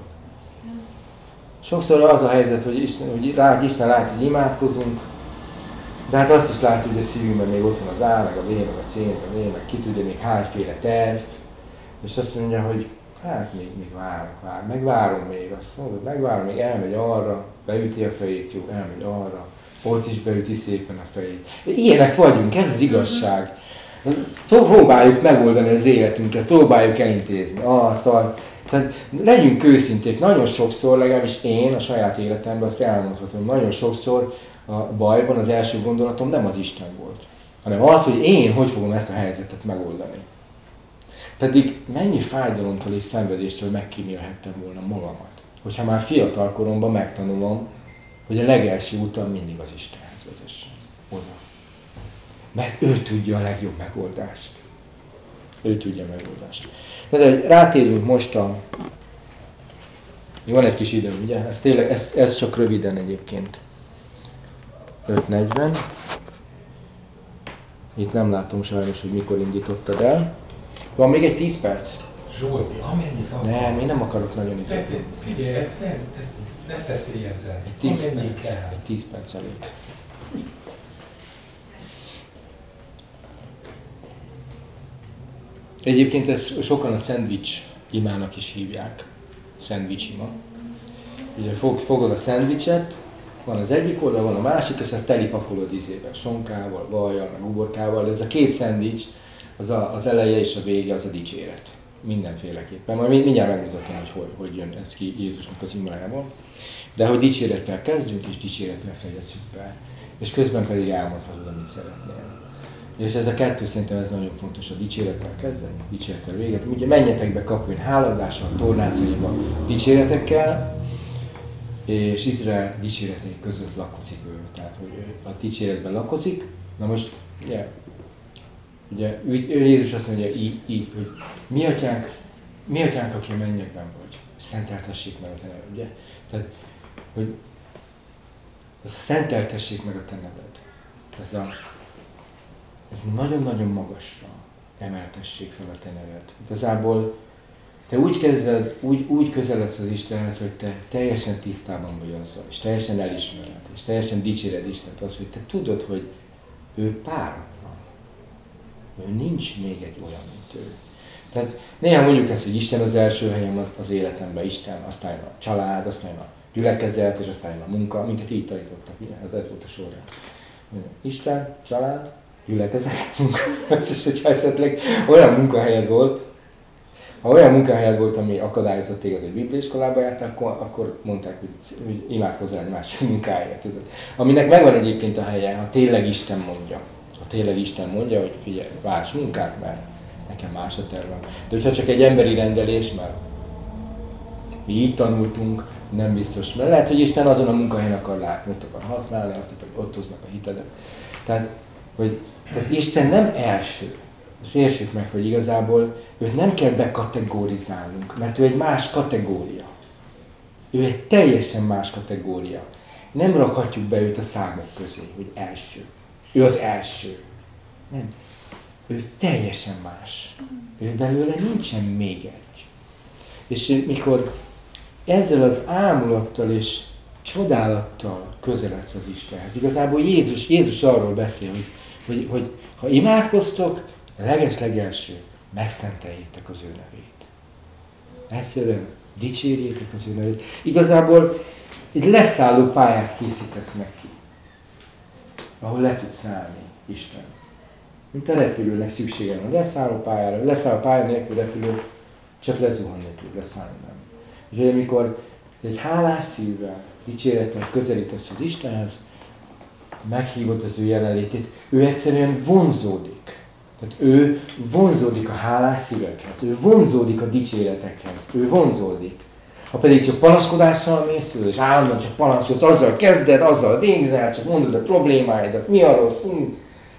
Sokszor az a helyzet, hogy Isten, hogy rá, Isten lát, hogy imádkozunk, de hát azt is látjuk, hogy a szívünkben még ott van az A, meg a B, meg a C, meg a D, meg ki tudja még hányféle terv, és azt mondja, hogy hát még, még várok, vár, megvárom még, azt mondod, megvárom, még elmegy arra, beüti a fejét, jó, elmegy arra, ott is beüti szépen a fejét. Ilyenek vagyunk, ez az igazság. Próbáljuk megoldani az életünket, próbáljuk elintézni. Ah, szóval, tehát legyünk őszinték, nagyon sokszor, legalábbis én a saját életemben azt elmondhatom, nagyon sokszor a bajban az első gondolatom nem az Isten volt, hanem az, hogy én hogy fogom ezt a helyzetet megoldani. Pedig mennyi fájdalomtól és szenvedéstől megkímélhettem volna magamat, hogyha már fiatal koromban megtanulom, hogy a legelső utam mindig az Istenhez vezessen. Oda. Mert ő tudja a legjobb megoldást. Ő tudja a megoldást. De, de rátérünk most a... Van egy kis időm, ugye? Ez, tényleg, ez, ez csak röviden egyébként. öt negyven. Itt nem látom sajnos, hogy mikor indítottad el. Van még egy tíz perc? Zsolti, amennyit akarsz. Nem, én nem akarok nagyon Te, izolni. figyelj, ezt nem, ezt ne feszélyezzel. Egy tíz Amennyi perc, kell. egy tíz perc elég. Egyébként ezt sokan a szendvics imának is hívják. Szendvics ima. Ugye fog, fogod a szendvicset, van az egyik oldal, van a másik, és ezt telipakolod izével, sonkával, vajjal, meg uborkával. Ez a két szendvics, az, a, az eleje és a vége, az a dicséret. Mindenféleképpen. Majd mindjárt megmutatom, hogy hogy, hogy jön ez ki Jézusnak az imájából. De hogy dicsérettel kezdjünk, és dicsérettel fejezzük be. És közben pedig elmondhatod, amit szeretnél. És ez a kettő szerintem ez nagyon fontos, a dicsérettel kezdeni, dicsérettel véget. Ugye menjetek be kapuin háladással, tornácaiba, dicséretekkel, és Izrael dicséretei között lakozik ő. Tehát, hogy ő a dicséretben lakozik. Na most, ugye, ugye ő, Jézus azt mondja így, így, hogy mi atyánk, mi atyánk, aki a mennyekben vagy, szenteltessék meg a te neved, ugye? Tehát, hogy ez a szenteltessék meg a te neved. Ez a Ez nagyon-nagyon magasra emeltessék fel a te neved. Igazából te úgy kezded, úgy, úgy közeledsz az Istenhez, hogy te teljesen tisztában vagy azzal, és teljesen elismered, és teljesen dicséred Istent az, hogy te tudod, hogy ő páratlan. Ő nincs még egy olyan, mint ő. Tehát néha mondjuk ezt, hogy Isten az első helyen az, az életemben, Isten, aztán jön a család, aztán jön a gyülekezet, és aztán jön a munka, minket így tanítottak, ez, ez volt a sorrend. Isten, család, gyülekezet, munka. És hogyha esetleg olyan munkahelyed volt, ha olyan munkahelyed volt, ami akadályozott téged, hogy bibliaiskolába jártál, akkor, akkor mondták, hogy, hogy imádkozzál egy másik munkáért, tudod. Aminek megvan egyébként a helye, ha tényleg Isten mondja. Ha tényleg Isten mondja, hogy figyelj, várs munkát, mert nekem más a tervem. De hogyha csak egy emberi rendelés, mert mi így tanultunk, nem biztos. Mert lehet, hogy Isten azon a munkahelyen akar látni, ott akar használni, azt mondta, hogy ott hozd meg a hitedet. Tehát, hogy tehát Isten nem első. Azt értsük meg, hogy igazából őt nem kell bekategorizálnunk, mert ő egy más kategória. Ő egy teljesen más kategória. Nem rakhatjuk be őt a számok közé, hogy első. Ő az első. Nem. Ő teljesen más. Ő belőle nincsen még egy. És mikor ezzel az ámulattal és csodálattal közeledsz az Istenhez, igazából Jézus, Jézus arról beszél, hogy Hogy, hogy ha imádkoztok, a legeslegelső, megszenteljétek az ő nevét. Egyszerűen dicsérjétek az ő nevét. Igazából egy leszálló pályát készítesz meg ki, ahol le tudsz szállni Isten. Mint a repülőnek szüksége van a leszálló pályára. Leszálló pálya nélkül repülő csak lezuhanni tud, leszállni nem. Úgyhogy amikor egy hálás szívvel, dicsérettel közelítesz az Istenhez, meghívott az ő jelenlétét, ő egyszerűen vonzódik. Tehát ő vonzódik a hálás szívekhez, ő vonzódik a dicséretekhez, ő vonzódik. Ha pedig csak panaszkodással mész, és állandóan csak panaszkodsz, azzal kezded, azzal végzel, csak mondod a problémáidat, mi a rossz, hm.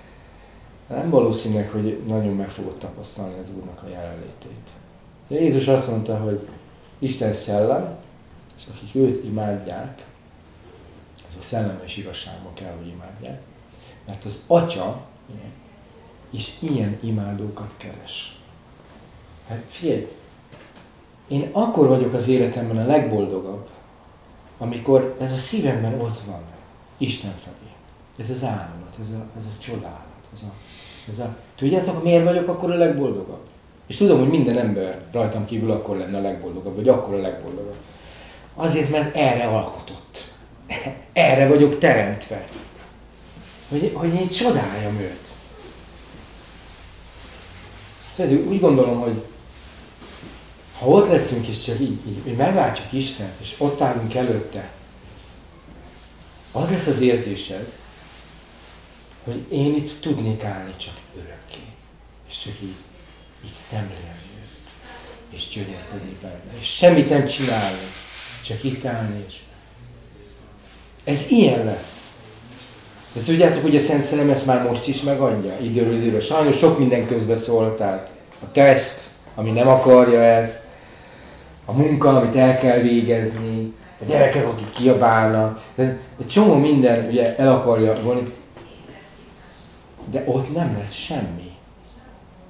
Nem valószínűleg, hogy nagyon meg fogod tapasztalni az Úrnak a jelenlétét. Jézus azt mondta, hogy Isten szellem, és akik őt imádják, azok szellem és igazságban kell, hogy imádják. Mert az Atya is ilyen imádókat keres. Hát figyelj, én akkor vagyok az életemben a legboldogabb, amikor ez a szívemben ott van, Isten felé. Ez az ámulat, ez a, ez a csodálat. Ez a, ez a... Tudjátok, miért vagyok akkor a legboldogabb? És tudom, hogy minden ember rajtam kívül akkor lenne a legboldogabb, vagy akkor a legboldogabb. Azért, mert erre alkotott. Erre vagyok teremtve. Hogy, hogy én csodáljam őt. Szóval úgy gondolom, hogy ha ott leszünk és csak így, így, így meglátjuk Istent, és ott állunk előtte, az lesz az érzésed, hogy én itt tudnék állni csak örökké. És csak így, így szemlélni őt. És gyönyörködni benne. És semmit nem csinálni. Csak itt állni és... Ez ilyen lesz. De tudjátok, hogy a Szent Szellem ezt már most is megadja, időről időről. Sajnos sok minden közbeszól, tehát a test, ami nem akarja ezt, a munka, amit el kell végezni, a gyerekek, akik kiabálnak, de egy csomó minden ugye el akarja vonni, de ott nem lesz semmi.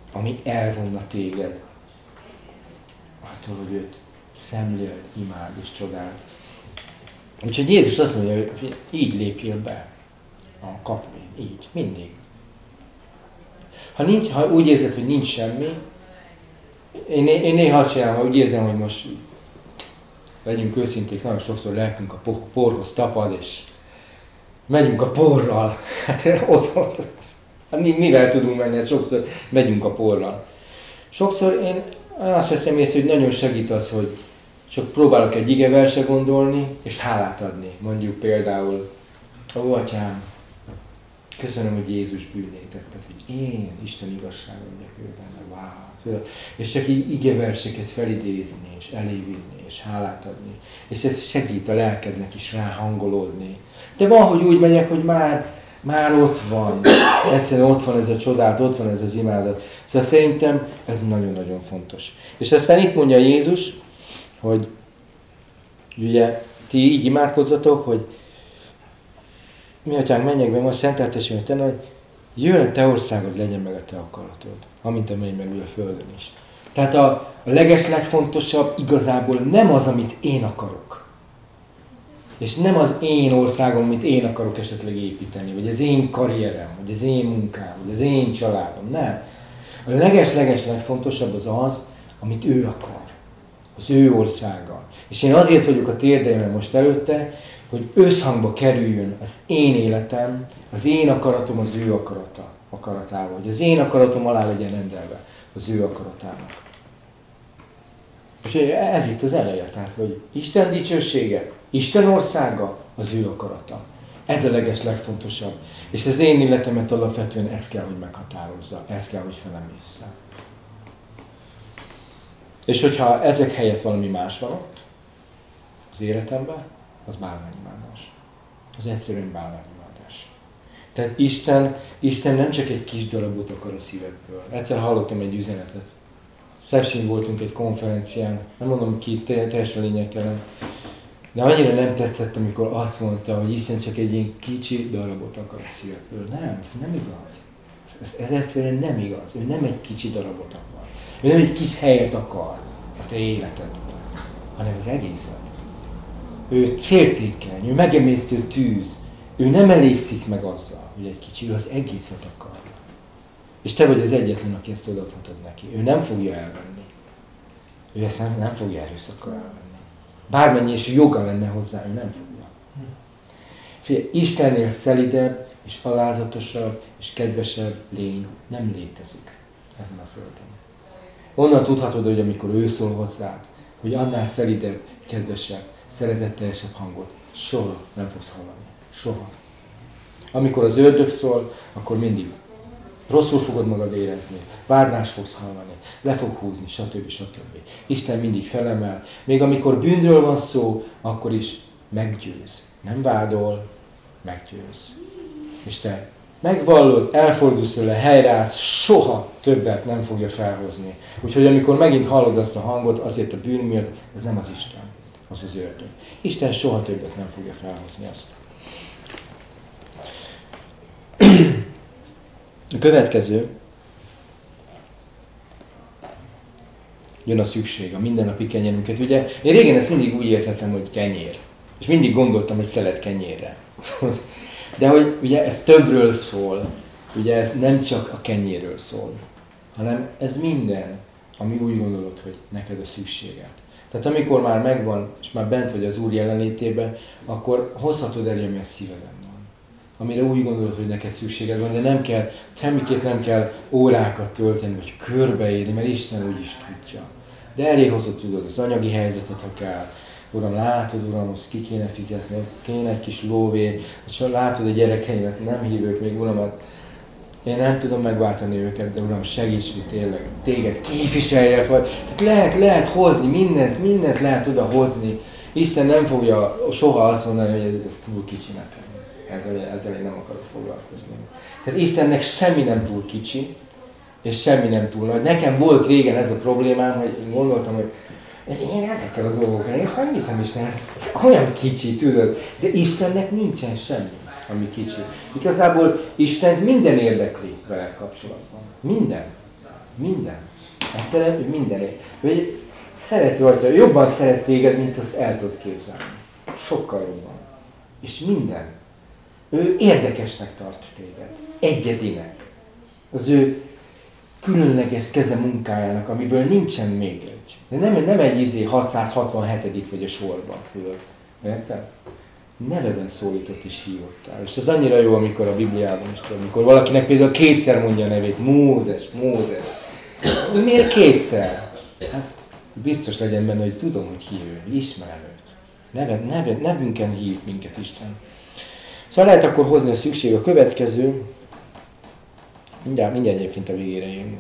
ami elvonna téged attól, hogy őt szemléld, imád és csodáld. Úgyhogy Jézus azt mondja, hogy így lépjél be a kapuin, így, mindig. Ha, nincs, ha úgy érzed, hogy nincs semmi, én, én néha azt csinálom, ha úgy érzem, hogy most legyünk őszinték, nagyon sokszor lelkünk a porhoz tapad, és megyünk a porral. Hát ott, ott, hát mivel tudunk menni, hát sokszor megyünk a porral. Sokszor én azt veszem észre, hogy nagyon segít az, hogy csak próbálok egy igeverse gondolni, és hálát adni. Mondjuk például, ó, Atyám, köszönöm, hogy Jézus bűnét tetted, hogy én Isten igazsága vagyok ő benne. Wow. És csak így igeverseket felidézni, és elévinni, és hálát adni. És ez segít a lelkednek is ráhangolódni. De van, hogy úgy megyek, hogy már, már ott van. Egyszerűen ott van ez a csodát, ott van ez az imádat. Szóval szerintem ez nagyon-nagyon fontos. És aztán itt mondja Jézus, hogy ugye ti így imádkozzatok, hogy mi Atyánk, mennyekben van, szenteltessék tenni, hogy jöjjön a te országod, legyen meg a te akaratod, amint a mennyben ül a földön is. Tehát a, a legeslegfontosabb igazából nem az, amit én akarok. És nem az én országom, amit én akarok esetleg építeni, vagy az én karrierem, vagy az én munkám, vagy az én családom. Nem. A leges-leges legfontosabb az az, amit ő akar. Az ő országa. És én azért vagyok a térdeimben most előtte, hogy összhangba kerüljön az én életem, az én akaratom az ő akarata, akaratával. Hogy az én akaratom alá legyen rendelve az ő akaratának. Úgyhogy ez itt az eleje, tehát, hogy Isten dicsősége, Isten országa, az ő akarata. Ez a leges legfontosabb. És az én életemet alapvetően ez kell, hogy meghatározza, ez kell, hogy felemészze. És hogyha ezek helyett valami más van ott, az életemben, az bálványimádás. Az egyszerűen bálványimádás. Tehát Isten, Isten nem csak egy kis darabot akar a szívedből. Egyszer hallottam egy üzenetet. Szepsén voltunk egy konferencián, nem mondom ki, teljesen lényegtelen, de annyira nem tetszett, amikor azt mondta, hogy Isten csak egy ilyen kicsi darabot akar a szívedből. Nem, ez nem igaz. Ez, ez, ez egyszerűen nem igaz. Ő nem egy kicsi darabot akar. Ő nem egy kis helyet akar a te életedben, hanem az egészet. Ő féltékeny, ő megemésztő tűz. Ő nem elégszik meg azzal, hogy egy kicsi, ő az egészet akar. És te vagy az egyetlen, aki ezt odaadhatod neki. Ő nem fogja elvenni. Ő ezt nem, nem fogja erőszakkal elvenni. Bármennyi is joga lenne hozzá, ő nem fogja. Figyelj, Istennél szelidebb, és alázatosabb, és kedvesebb lény nem létezik ezen a földön. Onnan tudhatod, hogy amikor ő szól hozzád, hogy annál szelidebb, kedvesebb, szeretetteljesebb hangot soha nem fogsz hallani. Soha. Amikor az ördög szól, akkor mindig rosszul fogod magad érezni, várnást fogsz hallani, le fog húzni, stb. stb. Isten mindig felemel. Még amikor bűnről van szó, akkor is meggyőz. Nem vádol, meggyőz. És te megvallod, elfordulsz tőle, helyreállsz, soha többet nem fogja felhozni. Úgyhogy amikor megint hallod azt a hangot, azért a bűn miatt, ez nem az Isten, az az ördög. Isten soha többet nem fogja felhozni azt. A következő, jön a szükség, a mindennapi kenyerünket. Ugye én régen ezt mindig úgy értettem, hogy kenyér. És mindig gondoltam, hogy szelet kenyérre. De hogy ugye ez többről szól, ugye ez nem csak a kenyérről szól, hanem ez minden, ami úgy gondolod, hogy neked a szükséged. Tehát amikor már megvan, és már bent vagy az Úr jelenlétében, akkor hozhatod elé, ami a szíveden van. Amire úgy gondolod, hogy neked szükséged van, de nem kell, semmiképp nem kell órákat tölteni, vagy körbeírni, mert Isten úgy is tudja. De elé hozod, tudod, az anyagi helyzetet, ha kell. Uram, látod, Uram, azt ki kéne fizetni, kéne egy kis lóvé, és látod a gyerekeimet, nem hívők még, Uram, én nem tudom megváltani őket, de Uram, segíts, hogy tényleg téged képviseljek, vagy. Tehát lehet, lehet hozni mindent, mindent lehet oda hozni. Isten nem fogja soha azt mondani, hogy ez, ez túl kicsi nekem. Ezzel, ezzel én nem akarok foglalkozni. Tehát Istennek semmi nem túl kicsi, és semmi nem túl nagy. Nekem volt régen ez a problémám, hogy én gondoltam, hogy én ezekkel a dolgokkal, én nem hiszem Isten, ez, ez olyan kicsi, tudod, de Istennek nincsen semmi, ami kicsi. Igazából Isten minden érdekli veled kapcsolatban. Minden. Minden. Egyszerűen, hogy minden. Hogy szereti vagy, jobban szeret téged, mint azt el tudod képzelni. Sokkal jobban. És minden. Ő érdekesnek tart téged. Egyedinek. Az ő különleges keze munkájának, amiből nincsen még egy. De nem, nem egy izé hatszázhatvanhetedik vagy a sorban. Érted? Neveden szólított és hívottál. És ez annyira jó, amikor a Bibliában is tudom, amikor valakinek például kétszer mondja a nevét, Mózes, Mózes. De miért kétszer? Hát biztos legyen benne, hogy tudom, hogy ki ő, hogy ismerem őt. Neve, neve, nevünken hív minket Isten. Szóval lehet akkor hozni a szükség a következő. Mindjárt, mindjárt egyébként a végére jön.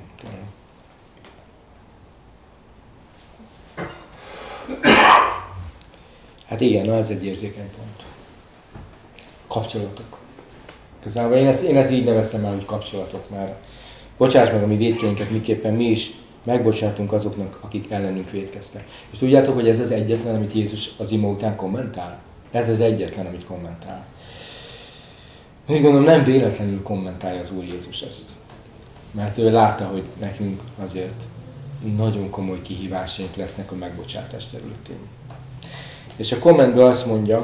Hát igen, na ez egy érzékeny pont. Kapcsolatok. Közelben én ezt, én ezt így neveztem el, hogy kapcsolatok már. Bocsáss meg a mi vétkeinket, miképpen mi is megbocsátunk azoknak, akik ellenünk vétkeztek. És tudjátok, hogy ez az egyetlen, amit Jézus az ima után kommentál? Ez az egyetlen, amit kommentál. Úgy gondolom, nem véletlenül kommentálja az Úr Jézus ezt. Mert ő látta, hogy nekünk azért nagyon komoly kihívásaink lesznek a megbocsátás területén. És a kommentben azt mondja,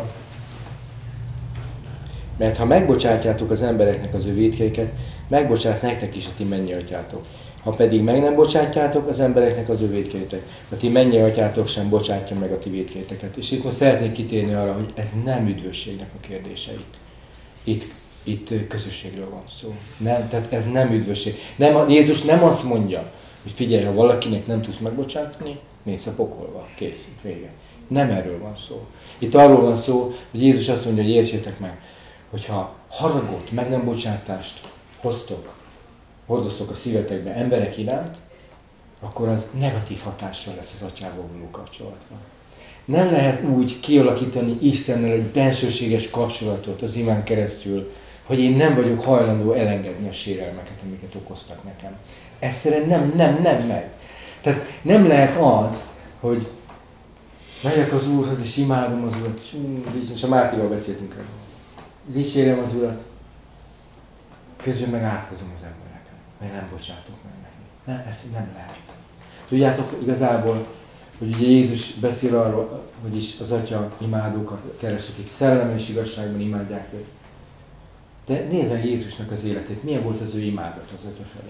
mert ha megbocsátjátok az embereknek az ő vétkeiket, megbocsát nektek is a ti mennyi atyátok. Ha pedig meg nem bocsátjátok az embereknek az ő vétkeitek, a ti mennyi atyátok sem bocsátja meg a ti vétkeiteket. És itt most szeretnék kitérni arra, hogy ez nem üdvösségnek a kérdéseit. Itt, itt közösségről van szó. Nem, tehát ez nem üdvösség. Nem, Jézus nem azt mondja, hogy figyelj, ha valakinek nem tudsz megbocsátani, mész a pokolba. Kész, vége. Nem erről van szó. Itt arról van szó, hogy Jézus azt mondja, hogy értsétek meg, hogyha haragot, meg nem bocsátást hoztok, hordoztok a szívetekbe emberek iránt, akkor az negatív hatással lesz az atyával való kapcsolatra. Nem lehet úgy kialakítani Istennel egy bensőséges kapcsolatot az imán keresztül, hogy én nem vagyok hajlandó elengedni a sérelmeket, amiket okoztak nekem. Egyszerűen nem, nem, nem megy. Tehát nem lehet az, hogy megyek az Úrhoz, és imádom az Urat, és a Mártival beszéltünk erről. Dicsérem az Urat, közben meg átkozom az embereket, mert nem bocsátok meg neki. Nem, ez nem lehet. Tudjátok igazából, hogy ugye Jézus beszél arról, hogy is az Atya imádókat keres, akik szellem és igazságban imádják őt. De nézd meg Jézusnak az életét, milyen volt az ő imádat az Atya felé.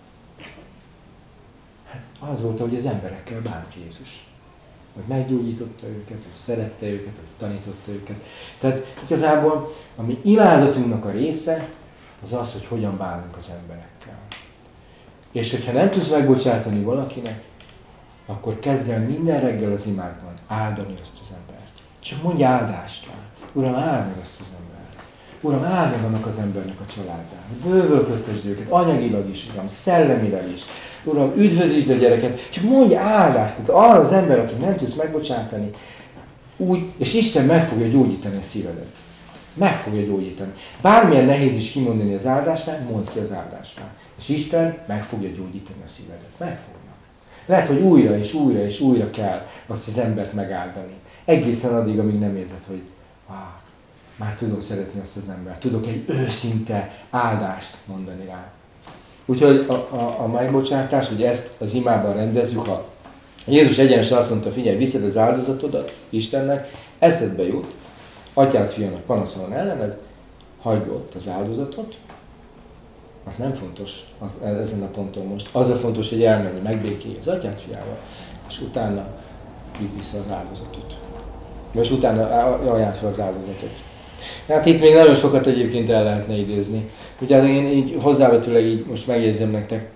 Hát az volt, hogy az emberekkel bánt Jézus. Hogy meggyógyította őket, hogy szerette őket, hogy tanította őket. Tehát igazából a mi imádatunknak a része az az, hogy hogyan bánunk az emberekkel. És hogyha nem tudsz megbocsátani valakinek, akkor kezdj el minden reggel az imádban áldani azt az embert. Csak mondj áldást rá. Uram, áld meg azt az embert. Uram, áld meg annak az embernek a családját. Bővölködtesd őket, anyagilag is, Uram, szellemileg is. Uram, üdvözítsd a gyereket. Csak mondj áldást. Tehát arra az ember, aki nem tudsz megbocsátani, úgy, és Isten meg fogja gyógyítani a szívedet. Meg fogja gyógyítani. Bármilyen nehéz is kimondani az áldásnál, mondd ki az áldásnál. És Isten meg fogja gyógyítani a szívedet. Meg fogja. Lehet, hogy újra és újra és újra kell azt az embert megáldani. Egészen addig, amíg nem érzed, hogy ah, már tudom szeretni azt az embert. Tudok egy őszinte áldást mondani rá. Úgyhogy a, a, a megbocsátás, hogy ezt az imában rendezzük, ha Jézus egyenesen azt mondta, figyelj, viszed az áldozatodat Istennek, eszedbe jut, atyád fiának panaszolon ellened, hagyd ott az áldozatot, az nem fontos az, ezen a ponton most. Az a fontos, hogy elmenj, megbékélj az atyád fiával, és utána vidd vissza az áldozatot. És utána ajánld fel az áldozatot. Hát itt még nagyon sokat egyébként el lehetne idézni. Ugye én így hozzávetőleg így most megjegyzem nektek,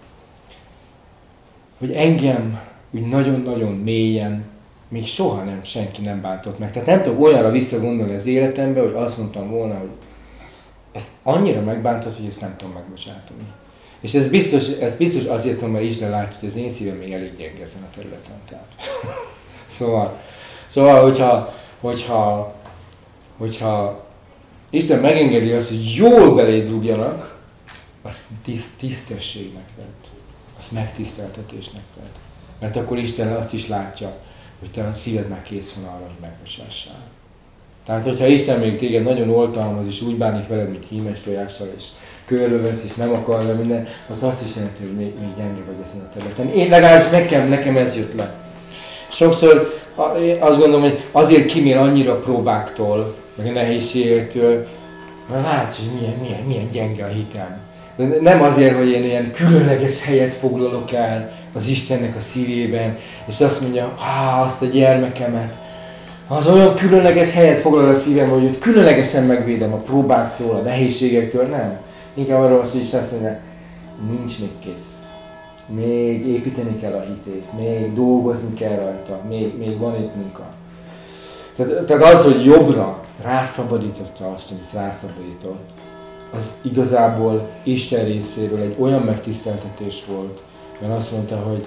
hogy engem úgy nagyon-nagyon mélyen még soha nem senki nem bántott meg. Tehát nem tudok olyanra visszagondolni az életembe, hogy azt mondtam volna, hogy ezt annyira megbántott, hogy ezt nem tudom megbocsátani. És ez biztos, ez biztos azért van, mert Isten látja, hogy az én szívem még elég gyenge ezen a területen. Tehát. szóval, szóval hogyha, hogyha, hogyha Isten megengedi azt, hogy jól beléd rúgjanak, az tiszt, tisztességnek vett. Az megtiszteltetésnek vett. Mert akkor Isten azt is látja, hogy te a szíved már kész van arra, hogy megbocsássál. Tehát, hogyha Isten még téged nagyon oltalmaz, és úgy bánik veled, mint hímes tojással, és körbevesz, és nem akarja minden, az azt is jelenti, hogy még, még gyenge vagy ezen a területen. Én legalábbis nekem, nekem ez jött le. Sokszor azt gondolom, hogy azért kimér annyira próbáktól, meg a nehézségektől, mert látja, hogy milyen, milyen, milyen gyenge a hitem. De nem azért, hogy én ilyen különleges helyet foglalok el az Istennek a szívében, és azt mondja, á, azt a gyermekemet, az olyan különleges helyet foglal a szívem, hogy őt különlegesen megvédem a próbáktól, a nehézségektől, nem. Inkább arról az, hogy Isten azt mondja, nincs még kész. Még építeni kell a hitét, még dolgozni kell rajta, még, még van itt munka. Tehát, tehát az, hogy jobbra rászabadította azt, amit rászabadított, az igazából Isten részéről egy olyan megtiszteltetés volt, mert azt mondta, hogy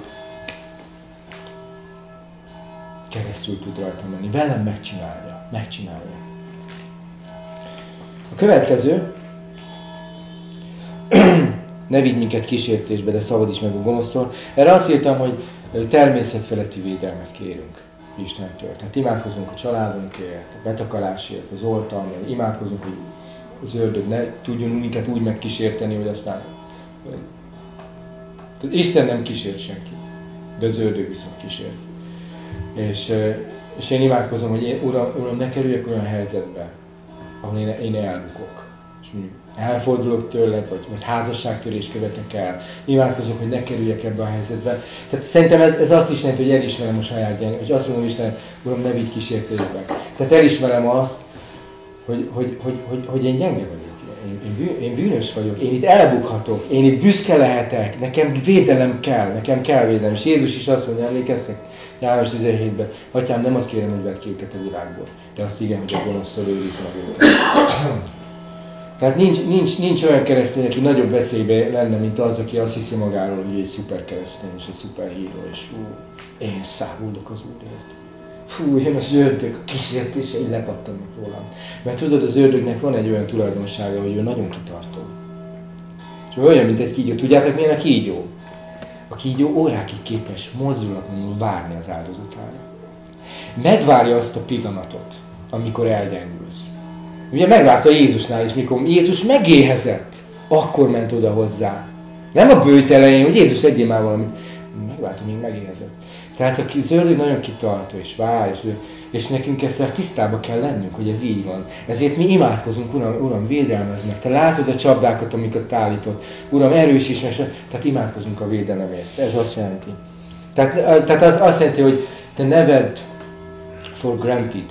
keresztül tud rajta menni. Velem megcsinálja, megcsinálja. A következő, ne vigy minket kísértésbe, de szabadíts meg a gonosztól. Erre azt írtam, hogy természetfeletti védelmet kérünk Istentől. Tehát imádkozunk a családunkért, a betakarásért, az oltalmért, imádkozunk, hogy az ördög ne tudjon minket úgy megkísérteni, hogy aztán... Tehát Isten nem kísért senki, de az ördög viszont kísért. És, és én imádkozom, hogy én, uram, uram, ne kerüljek olyan helyzetbe, ahol én, én elbukok. És mondjuk elfordulok tőled, vagy, vagy házasságtörést követek el. Imádkozok, hogy ne kerüljek ebbe a helyzetbe. Tehát szerintem ez, ez azt is jelenti, hogy elismerem a saját gyenge, hogy azt mondom, Isten, uram, ne vigy kísértésbe. Tehát elismerem azt, hogy, hogy, hogy, hogy, hogy én gyenge vagyok. Én, én, bű, én bűnös vagyok, én itt elbukhatok, én itt büszke lehetek, nekem védelem kell, nekem kell védelem. És Jézus is azt mondja, emlékeztek? János tizenhétben, Atyám, nem azt kérem, hogy vedd ki őket a világból, de azt igen, hogy a gonosztól őrizd meg őket. Tehát nincs, nincs, nincs olyan keresztény, aki nagyobb veszélybe lenne, mint az, aki azt hiszi magáról, hogy egy szuper keresztény és egy szuper híró, és fú, én száguldok az Úrért. Fú, én az ördög, a kísértései lepattannak rólam. Mert tudod, az ördögnek van egy olyan tulajdonsága, hogy ő nagyon kitartó. És olyan, mint egy kígyó. Tudjátok, milyen a kígyó? A kígyó órákig képes mozdulatlanul várni az áldozatára. Megvárja azt a pillanatot, amikor elgyengülsz. Ugye megvárta Jézusnál is, mikor Jézus megéhezett, akkor ment oda hozzá. Nem a bőjt elején, hogy Jézus egyél már valamit. Megvárta, még megéhezett. Tehát az ördög nagyon kitartó és vár, és, és nekünk ezzel tisztába kell lennünk, hogy ez így van. Ezért mi imádkozunk, Uram, Uram, védelmezz meg. Te látod a csapdákat, amiket állított. Uram, erősíts meg. Tehát imádkozunk a védelemért. Ez azt jelenti. Tehát, tehát az azt jelenti, hogy te ne vedd for granted.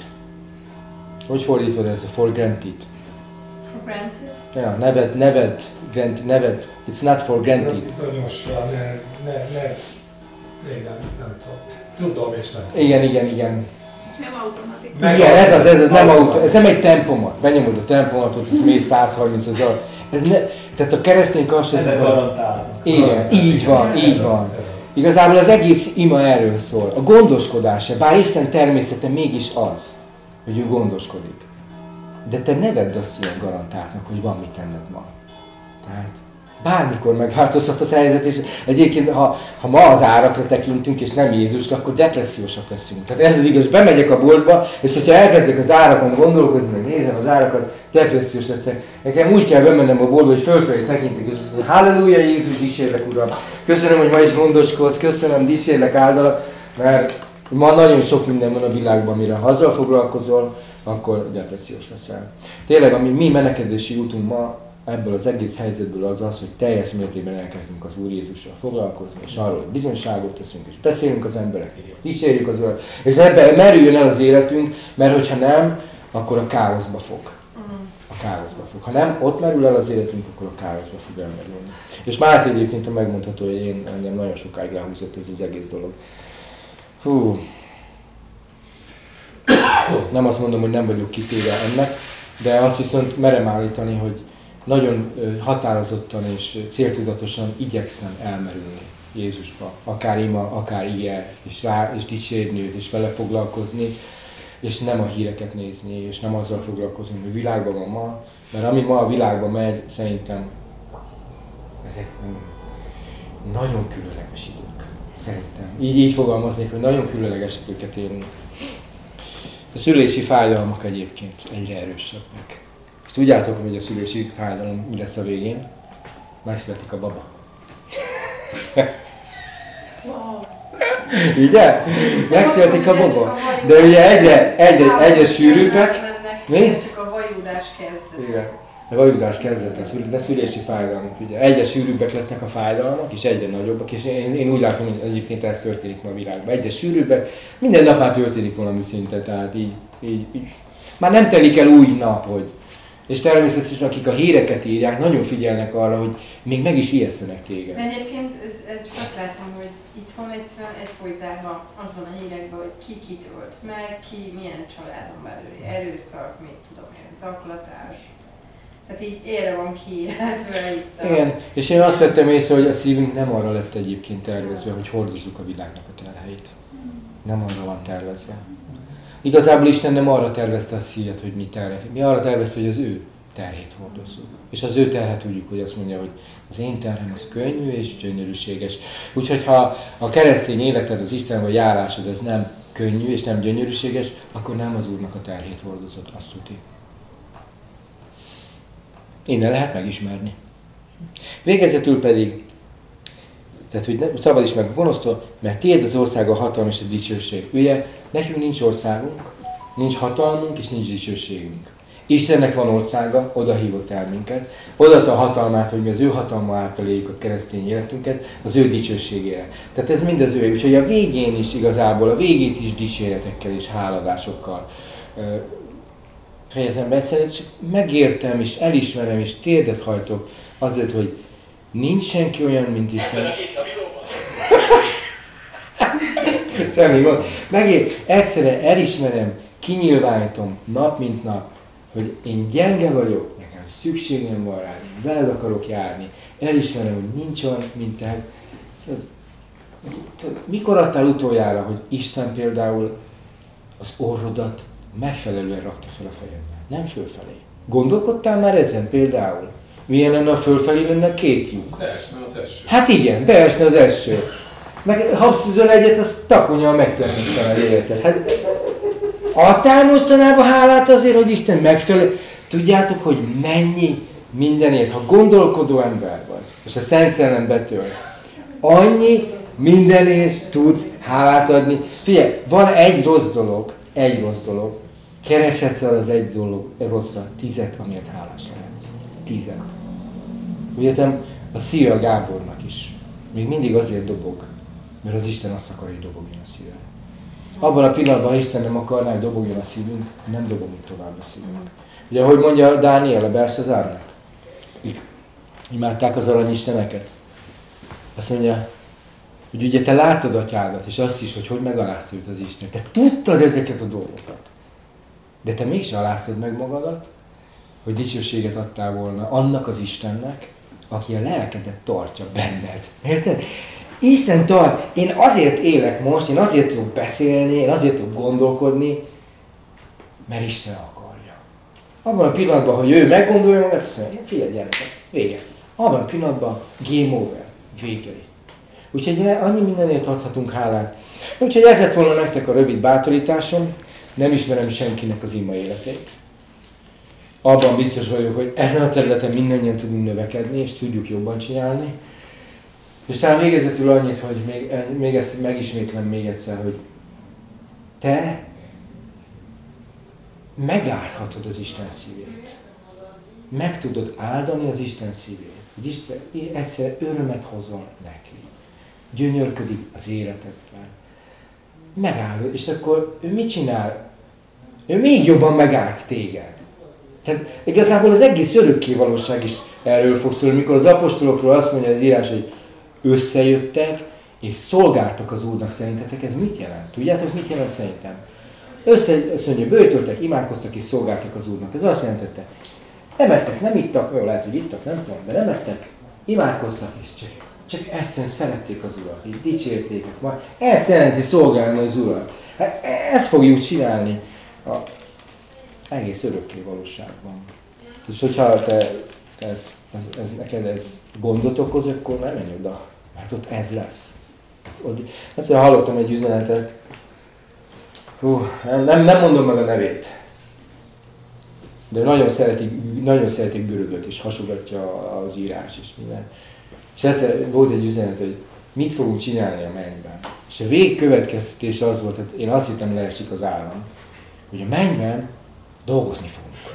Hogy fordítod ezt a for granted? For granted? Ja, ne vedd, ne vedd, granted, ne vedd. It's not for granted. Ez a bizonyosra, ne, ne, ne, igen, nem tudom. Tudom és nem. Igen, igen, igen. Nem automatikus. Meg Igen, ez az, ez az, nem automatikus. autó, ez nem egy tempomat. Benyomod a tempomatot, ez mész száz harminc ezer. Ez ne, tehát a keresztény Ebben kapcsolatunk... garantálnak. Igen, így van, így Ez van. az, ez az. Igazából az egész ima erről szól. A gondoskodása, bár Isten természete mégis az, hogy ő gondoskodik. De te ne vedd azt ilyen garantáltnak, hogy van mit tenned ma. Tehát bármikor megváltozhat az helyzet, és egyébként, ha, ha ma az árakra tekintünk, és nem Jézusra, akkor depressziósak leszünk. Tehát ez az igaz, bemegyek a boltba, és hogyha elkezdek az árakon gondolkozni, meg nézem az árakat, depressziós leszek. Nekem úgy kell bemennem a boltba, hogy fölfelé tekintek, és azt mondom, halleluja Jézus, dicsérlek Uram. Köszönöm, hogy ma is gondoskodsz, köszönöm, dicsérlek, áldalak, mert ma nagyon sok minden van a világban, mire ha azzal foglalkozol, akkor depressziós leszel. Tényleg, ami mi menekedési útunk ma, ebből az egész helyzetből az az, hogy teljes mértékben elkezdünk az Úr Jézussal foglalkozni, és arról, hogy bizonyságot teszünk, és beszélünk az emberekkel, és dicsérjük az Urat, és ebben merüljön el az életünk, mert hogyha nem, akkor a káoszba fog. A káoszba fog. Ha nem ott merül el az életünk, akkor a káoszba fog elmerülni. És Máté egyébként megmondható, hogy én engem nagyon sokáig lehúzott ez az egész dolog. Hú. Nem azt mondom, hogy nem vagyok kitéve ennek, de azt viszont merem állítani, hogy nagyon határozottan és céltudatosan igyekszem elmerülni Jézusba, akár ima, akár ige, és, rá, és dicsérni őt, és vele foglalkozni, és nem a híreket nézni, és nem azzal foglalkozni, hogy világban van ma, mert ami ma a világban megy, szerintem ezek nagyon különleges idők, szerintem. Így, így fogalmaznék, hogy nagyon különleges időket élünk. A szülési fájdalmak egyébként egyre erősebbek. És tudjátok, hogy a szülési fájdalom mi lesz a végén? Megszületik a baba. Wow. Ugye? Megszületik a baba. De ugye egyre, egyre, egyre sűrűbbek. Mi? Csak a vajúdás kezdete. Igen. A vajúdás kezdete, de szülési fájdalmak, ugye. Egyre sűrűbbek lesznek a fájdalmak, és egyre nagyobbak, és én, én úgy látom, hogy egyébként ez történik ma a világban. Egyre sűrűbbek, minden nap már történik valami szinten, tehát így, így, így. Már nem telik el új nap, hogy... És természetesen akik a híreket írják, nagyon figyelnek arra, hogy még meg is ijesztenek téged. De egyébként ez, ez csak azt látom, hogy itthon egyszerűen egyfolytában az van a hírekben, hogy ki kit ölt meg, ki milyen családon belüli erőszak, mit tudom én, zaklatás. Tehát így érre van kiírázva itt a... Igen, és én azt vettem észre, hogy a szívünk nem arra lett egyébként tervezve, hogy hordozzuk a világnak a terheit. Nem arra van tervezve. Igazából Isten nem arra tervezte a szívet, hogy mi terhet. Mi arra tervezte, hogy az ő terhét hordozzuk. És az ő terhet tudjuk, hogy azt mondja, hogy az én terhem az könnyű és gyönyörűséges. Úgyhogy ha a keresztény életed, az Istenbe járásod, ez nem könnyű és nem gyönyörűséges, akkor nem az Úrnak a terhét hordozott, azt tuti. Innen lehet megismerni. Végezetül pedig, tehát, hogy nem, szabad is meg a gonosztól, mert tiéd az ország, a hatalom és a dicsőség. Ugye, nekünk nincs országunk, nincs hatalmunk és nincs dicsőségünk. Istennek van országa, oda hívott el minket, odaadta a hatalmát, hogy mi az ő hatalma által éljük a keresztény életünket, az ő dicsőségére. Tehát ez mind az ő, úgyhogy a végén is igazából, a végét is dicséretekkel és háladásokkal fejezem be. Egyszerűen csak megértem és elismerem és térdet hajtok azért, hogy nincs senki olyan, mint Isten. Semmi gond. Megér, egyszerűen elismerem, kinyilvánítom nap mint nap, hogy én gyenge vagyok, nekem szükségem van rá, én veled akarok járni. Elismerem, hogy nincs olyan, mint te. Szóval, mikor adtál utoljára, hogy Isten például az orrodat megfelelően rakta fel a fejedre? Nem fölfelé. Gondolkodtál már ezen például? Milyen lenne a fölfelé, lenne két lyuk? Beesne az eső. Hát igen, beesne az eső. Meg habszűzöl egyet, az takonya megtermészel az életet. Hát, adtál mostanában hálát azért, hogy Isten megfelelő? Tudjátok, hogy mennyi mindenért, ha gondolkodó ember vagy, és a Szent Szellem betölt, annyi mindenért tudsz hálát adni. Figyelj, van egy rossz dolog, egy rossz dolog, kereshetsz el az egy dolog rosszra tizet, amiért hálás lehetsz. Tizet. Úgy értem, a szíve a Gábornak is. Még mindig azért dobog, mert az Isten azt akar, hogy dobogjon a szíve. Abban a pillanatban, ha Isten nem akarná, hogy dobogjon a szívünk, nem dobogunk tovább a szívünk. Ugye, ahogy mondja Dániel a Belsazárnak, imádták az aranyisteneket. Azt mondja, hogy ugye te látod atyádat, és azt is, hogy hogy megalázta őt az Isten. Te tudtad ezeket a dolgokat. De te mégis aláztad meg magadat, hogy dicsőséget adtál volna annak az Istennek, aki a lelkedet tartja benned. Érted? Isten tart, én azért élek most, én azért tudok beszélni, én azért tudok gondolkodni, mert Isten akarja. Abban a pillanatban, hogy ő meggondolja magát, azt mondja, figyelj gyerekek, vége. Abban a pillanatban game over, vége itt. Úgyhogy annyi mindenért adhatunk hálát. Úgyhogy ez lett volna nektek a rövid bátorításom, nem ismerem senkinek az ima életét. Abban biztos vagyok, hogy ezen a területen mindannyian tudunk növekedni, és tudjuk jobban csinálni. És talán végezetül annyit, hogy még, még ezt megismétlem még egyszer, hogy te megáldhatod az Isten szívét. Meg tudod áldani az Isten szívét. Hogy Isten egyszer örömet hozol neki. Gyönyörködik az életedben. Megáldod, és akkor ő mit csinál? Ő még jobban megállt téged. Tehát igazából az egész örökké valóság is erről fog szólni, mikor az apostolokról azt mondja az írás, hogy összejöttek és szolgáltak az Úrnak. Szerintetek ez mit jelent? Tudjátok, mit jelent szerintem? Össze, azt mondja, böjtöltek, imádkoztak és szolgáltak az Úrnak. Ez azt jelentette, nem ettek, nem ittak, jó, lehet, hogy ittak, nem tudom, de nem ettek, imádkoztak és csak, csak egyszerűen szerették az Urat, így dicsérték, majd ezt jelenti szolgálni az Urat. Hát ezt fogjuk csinálni a egész örökké valóságban. És hogyha te, te ez, ez, ez, neked ez gondot okoz, akkor nem menj oda, mert ott ez lesz. Ott, egyszerűen hallottam egy üzenetet, Hú, nem, nem mondom meg a nevét. De nagyon szeretik, nagyon szeretik görögöt, és hasogatja az írás és minden. És egyszer volt egy üzenet, hogy mit fogunk csinálni a mennyben. És a végkövetkeztetése az volt, hogy én azt hittem, leesik az állam, hogy a mennyben dolgozni fogunk.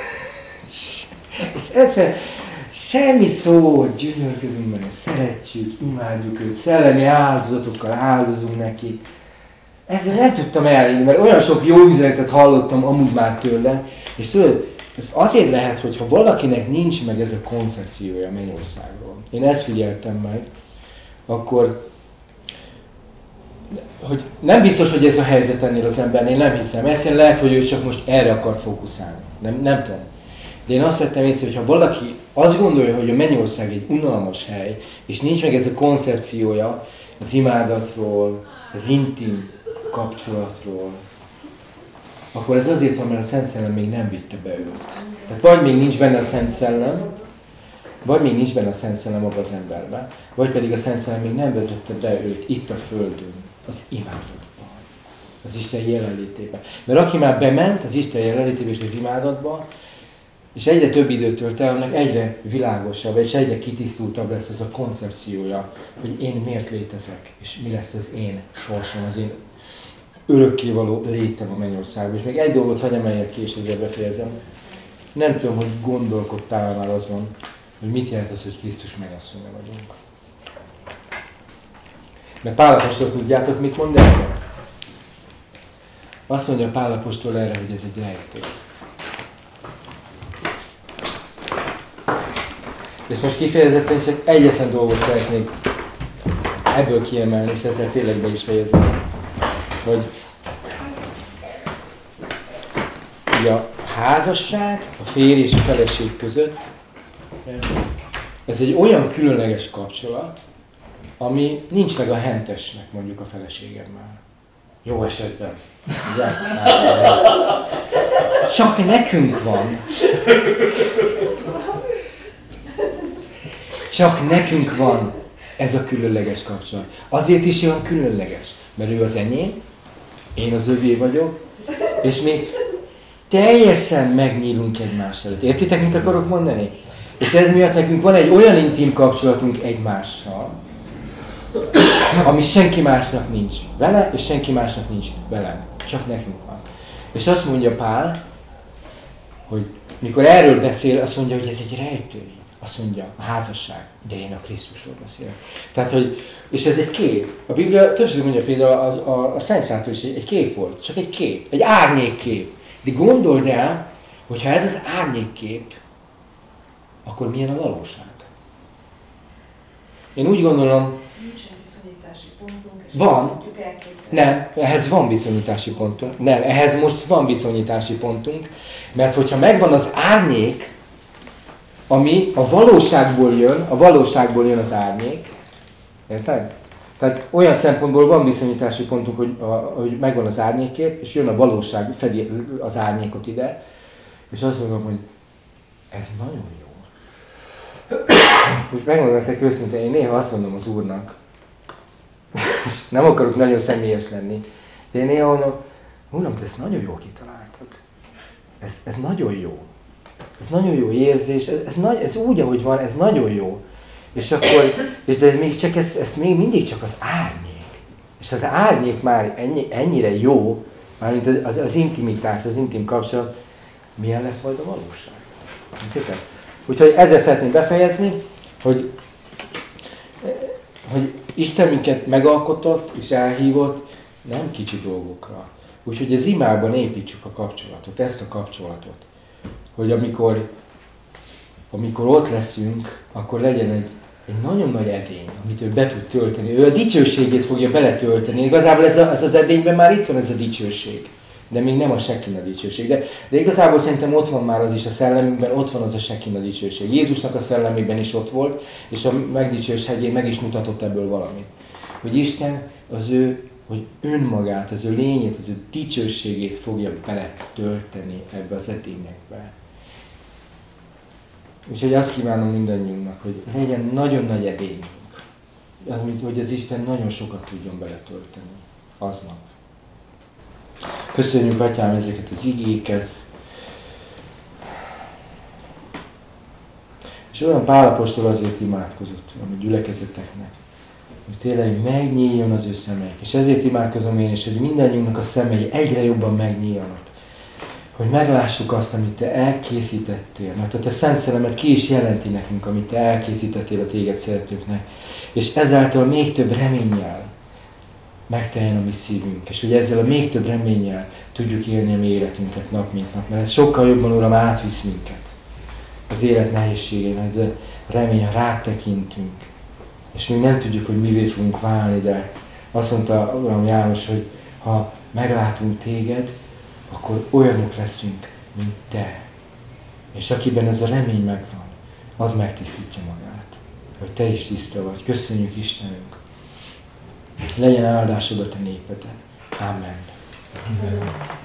Ez egyszer semmi szó, gyönyörködünk benne, szeretjük, imádjuk őt, szellemi áldozatokkal áldozunk neki. Ezzel nem tudtam elhinni, mert olyan sok jó üzenetet hallottam amúgy már tőle, és tudod, ez azért lehet, hogyha valakinek nincs meg ez a koncepciója a mennyországról. Én ezt figyeltem meg, akkor hogy nem biztos, hogy ez a helyzet ennél az embernél, nem hiszem. Egyszerűen lehet, hogy ő csak most erre akart fókuszálni. Nem, nem tudom. De én azt vettem észre, hogy ha valaki azt gondolja, hogy a mennyország egy unalmas hely, és nincs meg ez a koncepciója az imádatról, az intim kapcsolatról, akkor ez azért van, mert a Szent Szellem még nem vitte be őt. Tehát vagy még nincs benne a Szent Szellem, vagy még nincs benne a Szent Szellem abban az emberben, vagy pedig a Szent Szellem még nem vezette be őt itt a Földön, az imádatban, az Isten jelenlétében. Mert aki már bement az Isten jelenlétébe és az imádatba, és egyre több időt tölt el, annak egyre világosabb és egyre kitisztultabb lesz ez a koncepciója, hogy én miért létezek, és mi lesz az én sorsom, az én örökkévaló létem a mennyországban. És még egy dolgot hadd emeljek ki, és ezzel befejezem. Nem tudom, hogy gondolkodtál már azon, hogy mit jelent az, hogy Krisztus mennyasszonya vagyunk. Mert Pál apostol, tudjátok, mit mond erre? Azt mondja Pál apostol erre, hogy ez egy rejtély. És most kifejezetten csak egyetlen dolgot szeretnék ebből kiemelni, és ezzel tényleg be is fejezem. Hogy ugye a házasság, a férj és a feleség között, ez egy olyan különleges kapcsolat, ami nincs meg a hentesnek, mondjuk a feleségemmel. Jó esetben. Ugye? Csak nekünk van. Csak nekünk van ez a különleges kapcsolat. Azért is olyan különleges, mert ő az enyém, én az övé vagyok, és mi teljesen megnyílunk egymás előtt. Értitek, mit akarok mondani? És ez miatt nekünk van egy olyan intim kapcsolatunk egymással, ami senki másnak nincs vele, és senki másnak nincs velem. Csak nekünk van. És azt mondja Pál, hogy mikor erről beszél, azt mondja, hogy ez egy rejtő. Azt mondja, a házasság, de én a Krisztusról beszélek. Tehát, hogy, és ez egy kép. A Biblia többször mondja például a, a, a Szent Sátor is egy kép volt, csak egy kép, egy árnyékkép. De gondold el, hogyha ez az árnyékkép, akkor milyen a valóság? Én úgy gondolom, nincsen viszonyítási pontunk, és van. nem tudjuk elképzelni. Nem, ehhez van viszonyítási pontunk. Nem, ehhez most van viszonyítási pontunk, mert hogyha megvan az árnyék, ami a valóságból jön, a valóságból jön az árnyék, érted? Tehát olyan szempontból van viszonyítási pontunk, hogy, a, hogy megvan az árnyékkép, és jön a valóság, fedi az árnyékot ide, és azt mondom, hogy ez nagyon jó. Most megmondom nektek őszintén, én néha azt mondom az Úrnak, nem akarok nagyon személyes lenni, de én néha mondom, Úram, te ezt nagyon jól kitaláltad. Ez, ez nagyon jó. Ez nagyon jó érzés, ez, ez, nagy, ez úgy, ahogy van, ez nagyon jó. És akkor, és de még csak ez, ez még mindig csak az árnyék. És az árnyék már ennyi, ennyire jó, mármint az, az, az intimitás, az intim kapcsolat, milyen lesz majd a valóság? Érted? Úgyhogy ezzel szeretném befejezni, hogy, hogy Isten minket megalkotott és elhívott nem kicsi dolgokra. Úgyhogy az imában építsük a kapcsolatot, ezt a kapcsolatot. Hogy amikor, amikor ott leszünk, akkor legyen egy, egy nagyon nagy edény, amit ő be tud tölteni. Ő a dicsőségét fogja beletölteni. Igazából ez, a, ez az edényben már itt van ez a dicsőség. De még nem a Sekina dicsőség. De, de igazából szerintem ott van már az is a szellemünkben, ott van az a Sekina dicsőség. Jézusnak a szellemében is ott volt, és a megdicsős hegyén meg is mutatott ebből valamit. Hogy Isten az ő, hogy önmagát, az ő lényét, az ő dicsőségét fogja beletölteni ebbe az edényekbe. Úgyhogy azt kívánom mindannyiunknak, hogy legyen nagyon nagy edényünk. Az, hogy az Isten nagyon sokat tudjon beletölteni aznap. Köszönjük, Atyám, ezeket az igéket. És olyan Pál apostol azért imádkozott a gyülekezeteknek, hogy tényleg megnyíljon az ő szemeik. És ezért imádkozom én is, hogy mindannyiunknak a szemei egyre jobban megnyíljanak. Hogy meglássuk azt, amit te elkészítettél. Mert a te szent szellemed ki is jelenti nekünk, amit te elkészítettél a téged szeretőknek. És ezáltal még több reménnyel megteljen a mi szívünk. És hogy ezzel a még több reménnyel tudjuk élni a mi életünket nap mint nap. Mert ez sokkal jobban, Uram, átvisz minket az élet nehézségén, ez a remény, ha rád tekintünk. És még nem tudjuk, hogy mivé fogunk válni, de azt mondta Uram János, hogy ha meglátunk téged, akkor olyanok leszünk, mint te. És akiben ez a remény megvan, az megtisztítja magát. Hogy te is tiszta vagy. Köszönjük, Istenünk. Legyen áldásod a te népeden. Amen. Amen.